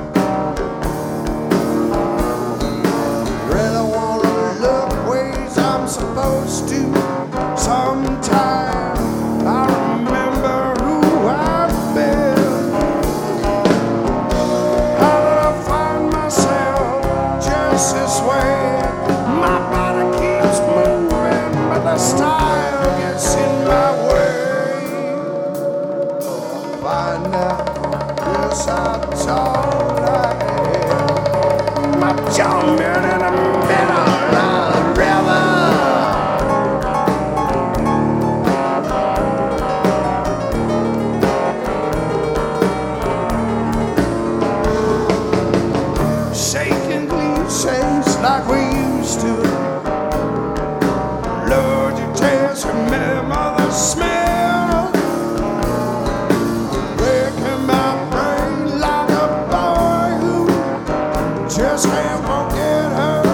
Really wanna look ways I'm supposed to. Sometimes I remember who I've been. How did I find myself just this way? My body keeps moving, but the style gets in my way. Find out just how tall I am. My jumping in the middle of the river. Shaking cliches like we used to. Lord, you just remember the smell. Just can't forget her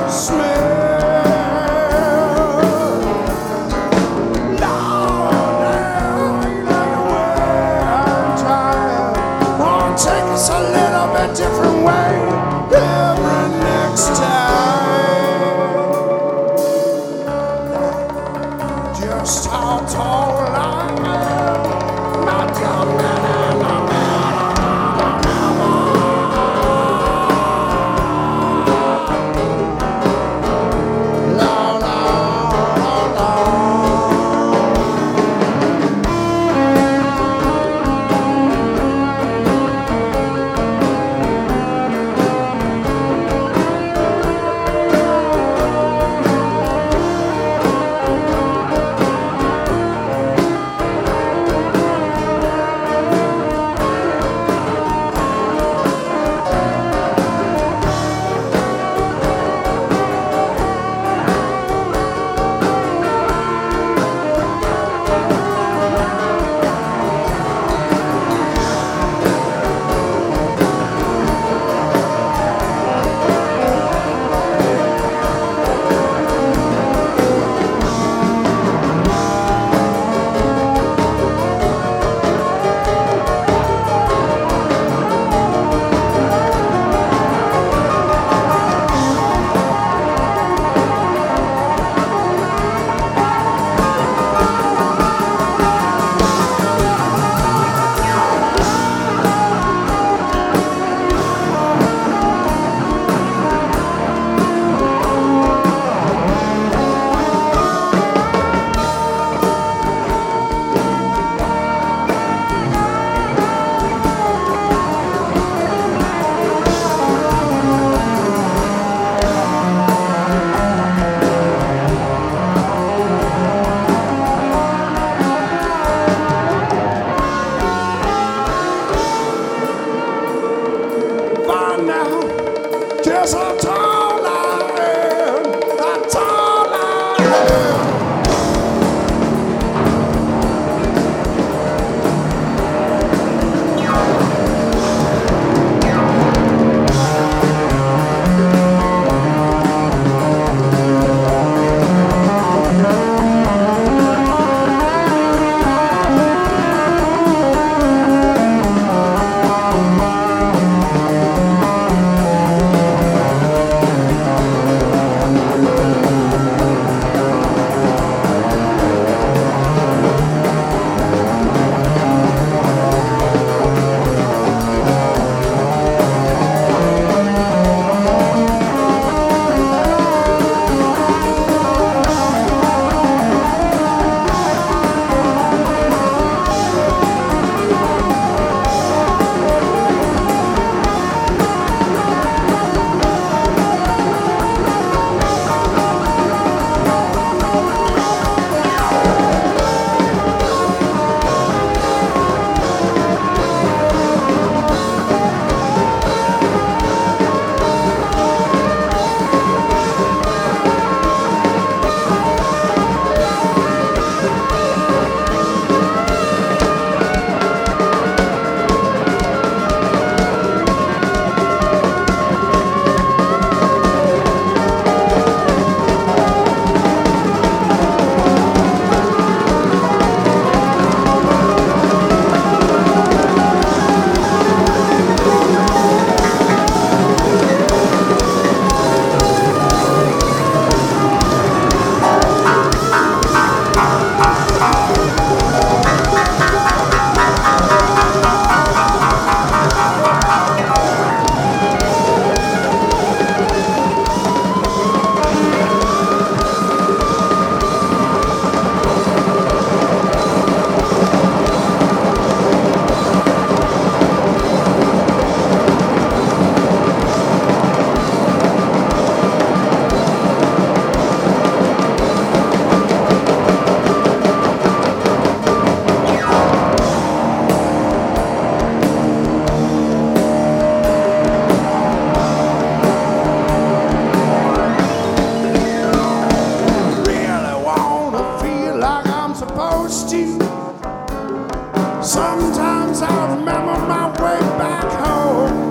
Sometimes I remember my way back home.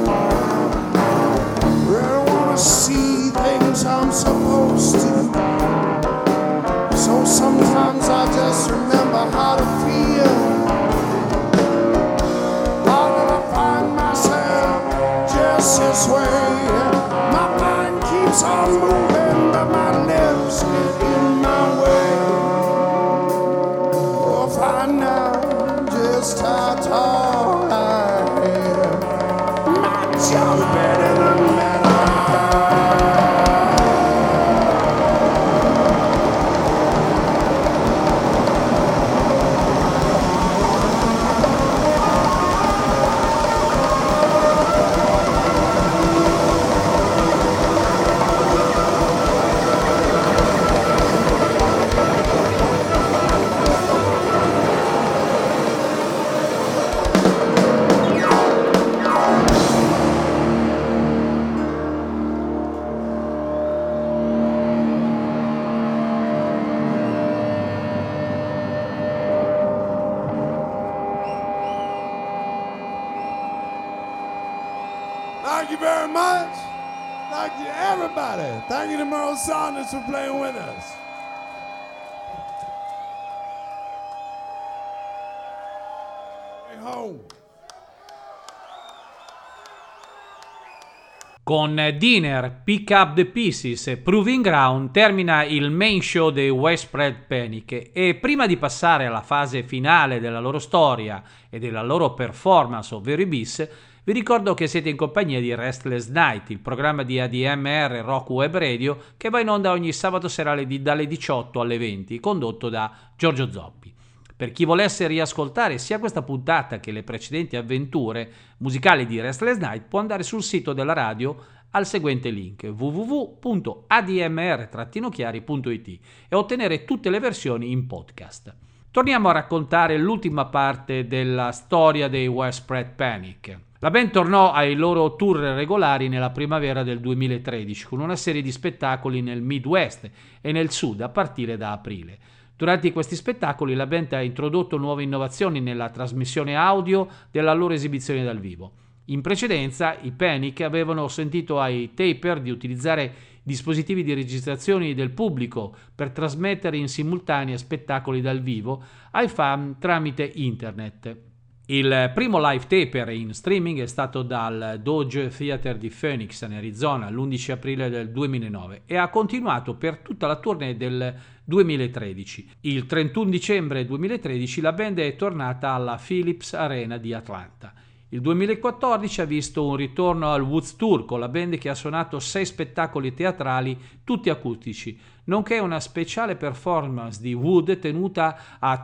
Really wanna see things I'm supposed to. So sometimes I just remember how to feel. How did I find myself just this way? My mind keeps on moving, but my lips get in my way. Oh, find out just how tall I am. Not jumping in the middle. Thank you very much. Thank you, everybody. Thank you to Merle Saunders for playing with us. Home. Con Dinner, Pick Up the Pieces e Proving Ground termina il main show dei Widespread Panic e prima di passare alla fase finale della loro storia e della loro performance, ovvero i bis, vi ricordo che siete in compagnia di Restless Night, il programma di ADMR Rock Web Radio che va in onda ogni sabato sera dalle 18 alle 20, condotto da Giorgio Zoppi. Per chi volesse riascoltare sia questa puntata che le precedenti avventure musicali di Restless Night può andare sul sito della radio al seguente link www.admr-chiari.it e ottenere tutte le versioni in podcast. Torniamo a raccontare l'ultima parte della storia dei Widespread Panic. La band tornò ai loro tour regolari nella primavera del 2013 con una serie di spettacoli nel Midwest e nel Sud a partire da aprile. Durante questi spettacoli la band ha introdotto nuove innovazioni nella trasmissione audio della loro esibizione dal vivo. In precedenza i Panic avevano sentito ai taper di utilizzare dispositivi di registrazione del pubblico per trasmettere in simultanea spettacoli dal vivo ai fan tramite internet. Il primo live taper in streaming è stato dal Dodge Theater di Phoenix in Arizona l'11 aprile del 2009 e ha continuato per tutta la tournée del 2013. Il 31 dicembre 2013 la band è tornata alla Philips Arena di Atlanta. Il 2014 ha visto un ritorno al Woods Tour con la band che ha suonato 6 spettacoli teatrali tutti acustici, nonché una speciale performance di Wood tenuta a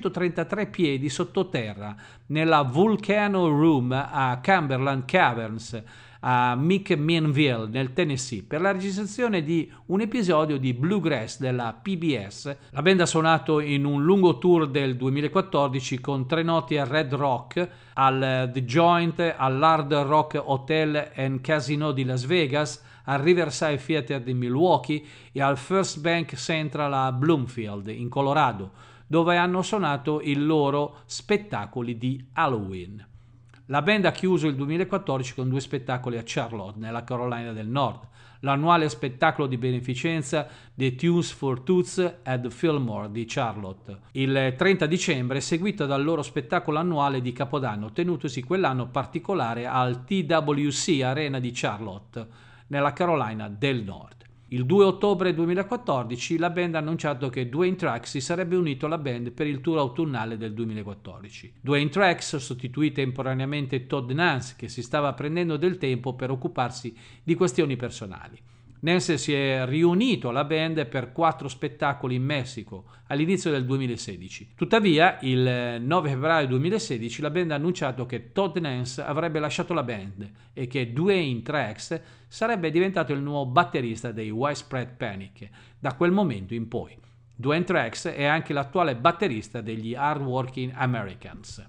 333 piedi sottoterra nella Volcano Room a Cumberland Caverns a McMinnville nel Tennessee per la registrazione di un episodio di Bluegrass della PBS. La band ha suonato in un lungo tour del 2014 con 3 notti al Red Rock, al The Joint, all'Hard Rock Hotel and Casino di Las Vegas, al Riverside Theater di Milwaukee e al First Bank Central a Bloomfield in Colorado, dove hanno suonato i loro spettacoli di Halloween. La band ha chiuso il 2014 con 2 spettacoli a Charlotte, nella Carolina del Nord, l'annuale spettacolo di beneficenza The Tunes for Toots at Fillmore di Charlotte, il 30 dicembre, seguito dal loro spettacolo annuale di Capodanno, tenutosi quell'anno particolare al TWC Arena di Charlotte, nella Carolina del Nord. Il 2 ottobre 2014 la band ha annunciato che Dwayne Trax si sarebbe unito alla band per il tour autunnale del 2014. Dwayne Trax sostituì temporaneamente Todd Nance, che si stava prendendo del tempo per occuparsi di questioni personali. Nance si è riunito alla band per 4 spettacoli in Messico all'inizio del 2016. Tuttavia, il 9 febbraio 2016 la band ha annunciato che Todd Nance avrebbe lasciato la band e che Dwayne Trax sarebbe diventato il nuovo batterista dei Widespread Panic da quel momento in poi. Dwayne Trax è anche l'attuale batterista degli Hardworking Americans.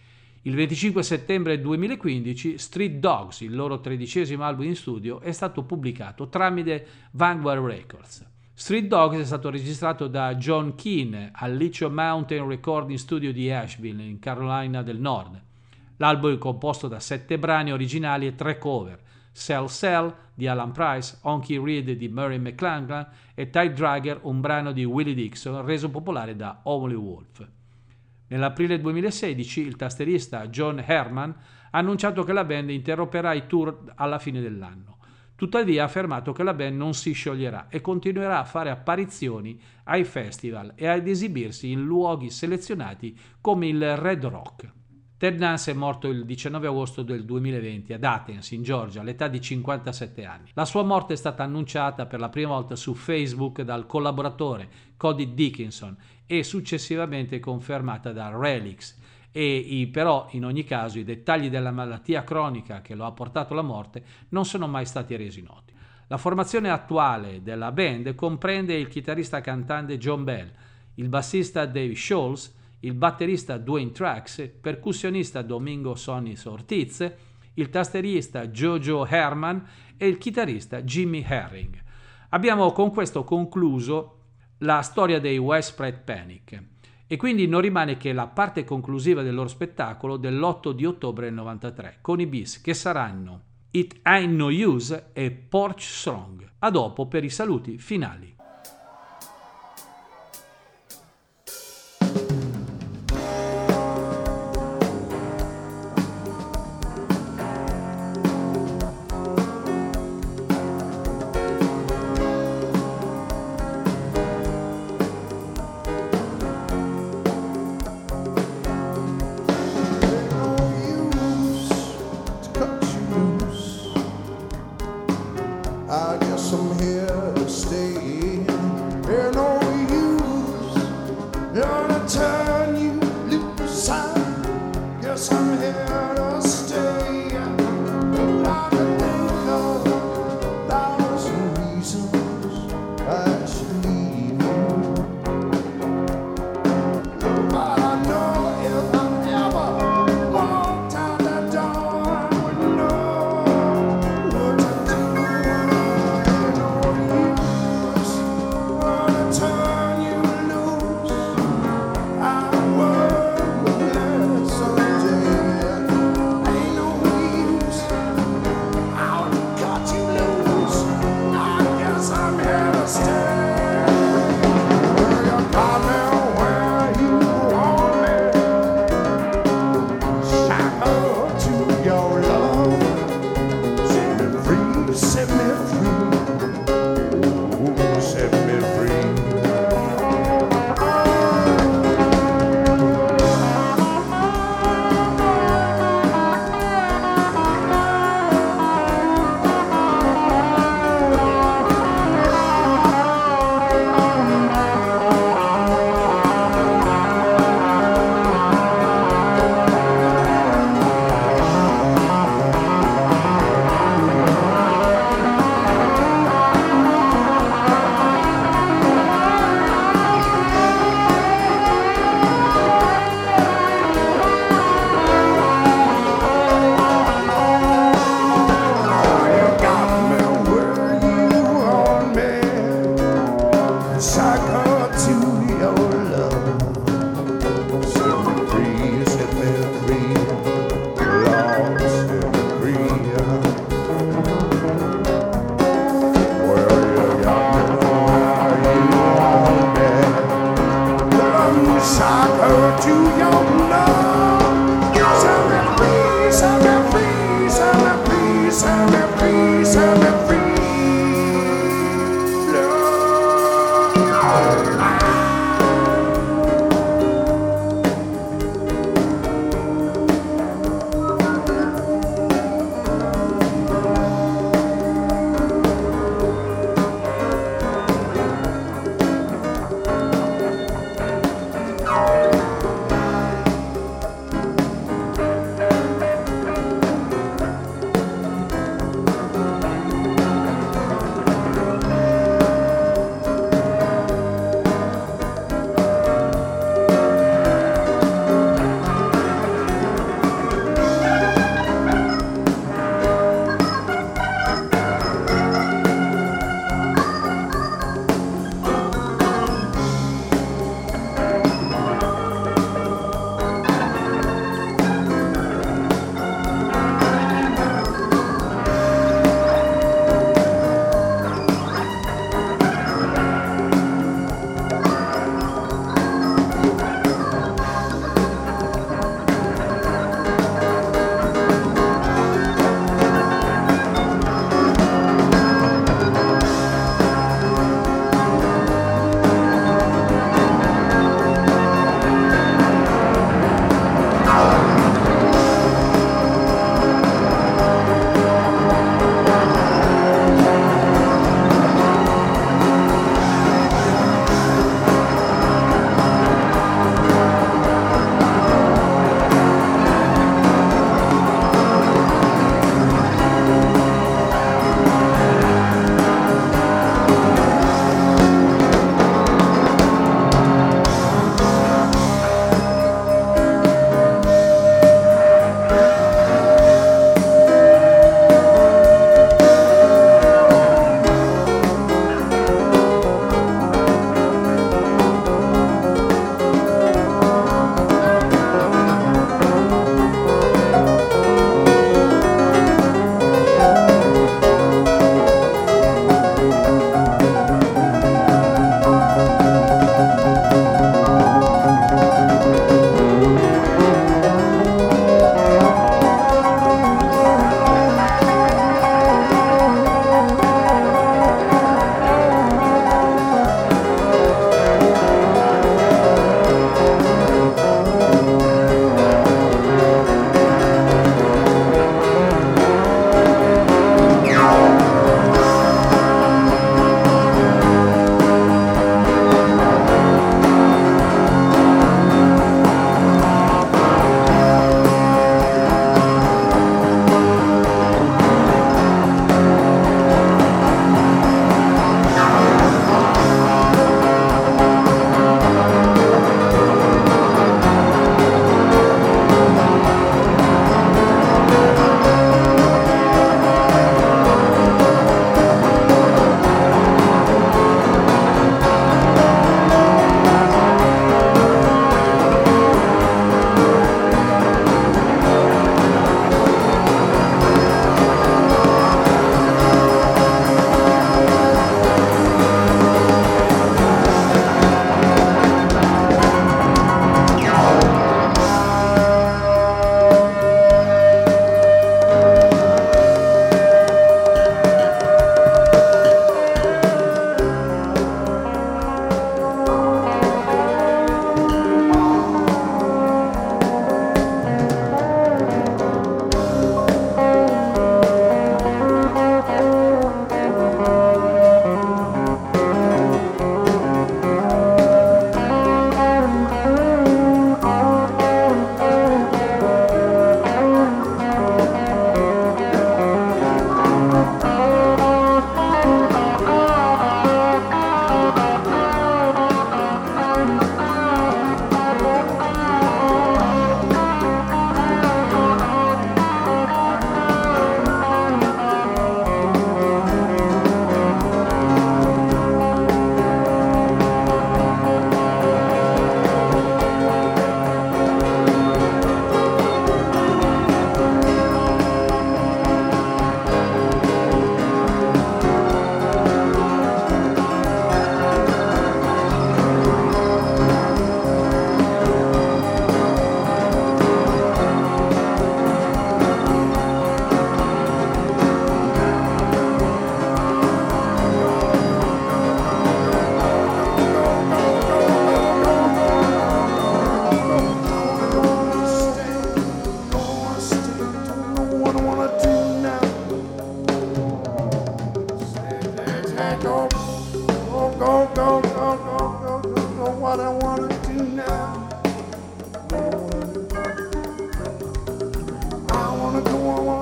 Il 25 settembre 2015 Street Dogs, il loro 13° album in studio, è stato pubblicato tramite Vanguard Records. Street Dogs è stato registrato da John Keane al Lithium Mountain Recording Studio di Asheville, in Carolina del Nord. L'album è composto da 7 brani originali e 3 cover: Cell Cell di Alan Price, Honky Reed di Murray McClanahan e Tide Dragger, un brano di Willie Dixon reso popolare da Howlin' Wolf. Nell'aprile 2016 il tastierista John Herman ha annunciato che la band interromperà i tour alla fine dell'anno. Tuttavia ha affermato che la band non si scioglierà e continuerà a fare apparizioni ai festival e ad esibirsi in luoghi selezionati come il Red Rock. Ted Nance è morto il 19 agosto del 2020 ad Athens, in Georgia, all'età di 57 anni. La sua morte è stata annunciata per la prima volta su Facebook dal collaboratore Cody Dickinson e successivamente confermata da Relix, però in ogni caso i dettagli della malattia cronica che lo ha portato alla morte non sono mai stati resi noti. La formazione attuale della band comprende il chitarrista cantante John Bell, il bassista Dave Scholz, il batterista Dwayne Trax, percussionista Domingo Sonis Ortiz, il tastierista Jojo Herman e il chitarrista Jimmy Herring. Abbiamo con questo concluso la storia dei Widespread Panic e quindi non rimane che la parte conclusiva del loro spettacolo dell'8 di ottobre del 93 con i bis che saranno It Ain't No Use e Porch Strong. A dopo per i saluti finali.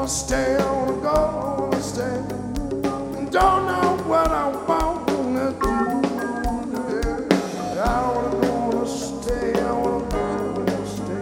gonna stay, I wanna go, I wanna stay. Don't know what I wanna do. Yeah, I wanna go, I wanna stay, I wanna go, I wanna stay.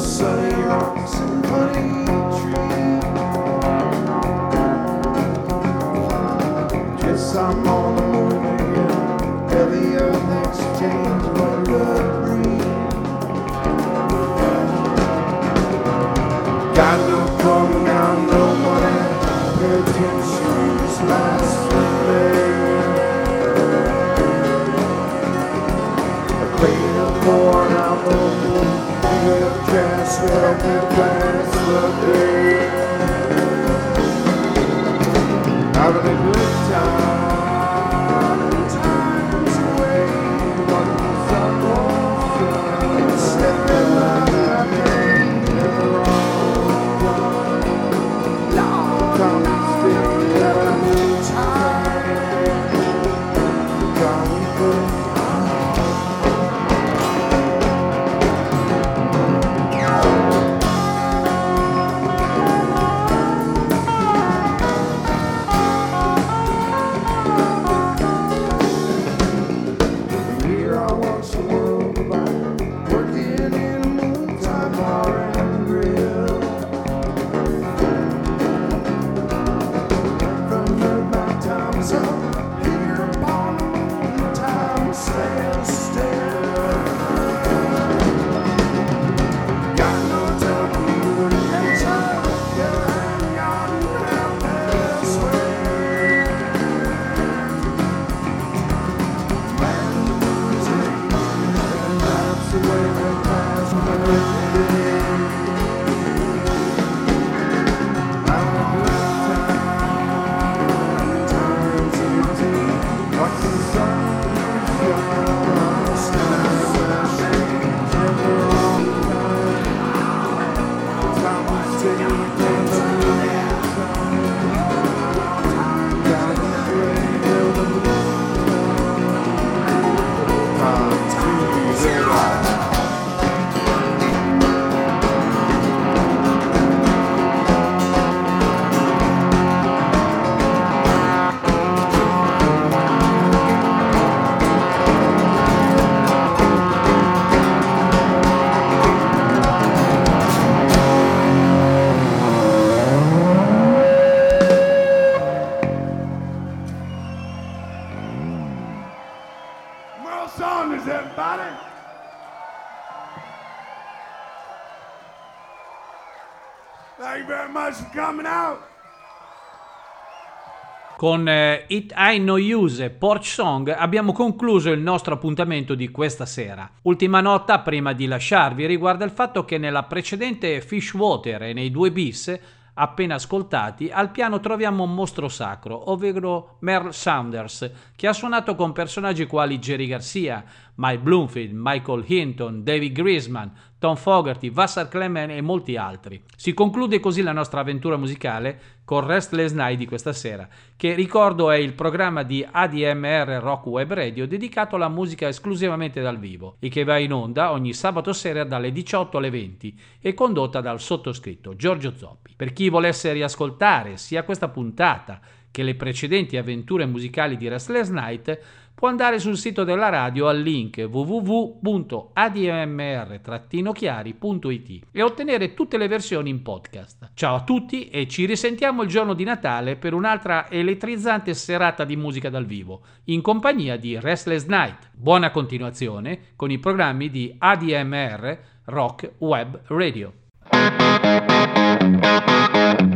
sunny rocks and honey trees. Yes, I'm on the moon again. Tell the earth exchange what love brings. Got no problem, got no money. Pay attention, this last Sunday. A crate of corn out the moon. Pick up trash, well, the plans for day. Having a good time, time's away. What the sun won't shine, stepping out of pain in the wrong one. Long time still having a good time. Come good. Con It Ain't No Use e Porch Song abbiamo concluso il nostro appuntamento di questa sera. Ultima nota prima di lasciarvi riguarda il fatto che nella precedente Fishwater e nei 2 bis appena ascoltati, al piano troviamo un mostro sacro, ovvero Merle Saunders, che ha suonato con personaggi quali Jerry Garcia, Mike Bloomfield, Michael Hinton, David Grisman, Tom Fogerty, Vassar Clement e molti altri. Si conclude così la nostra avventura musicale con Restless Night di questa sera, che ricordo è il programma di ADMR Rock Web Radio dedicato alla musica esclusivamente dal vivo e che va in onda ogni sabato sera dalle 18 alle 20 e condotta dal sottoscritto Giorgio Zoppi. Per chi volesse riascoltare sia questa puntata che le precedenti avventure musicali di Restless Night, può andare sul sito della radio al link www.admr-chiari.it e ottenere tutte le versioni in podcast. Ciao a tutti e ci risentiamo il giorno di Natale per un'altra elettrizzante serata di musica dal vivo, in compagnia di Restless Night. Buona continuazione con i programmi di ADMR Rock Web Radio.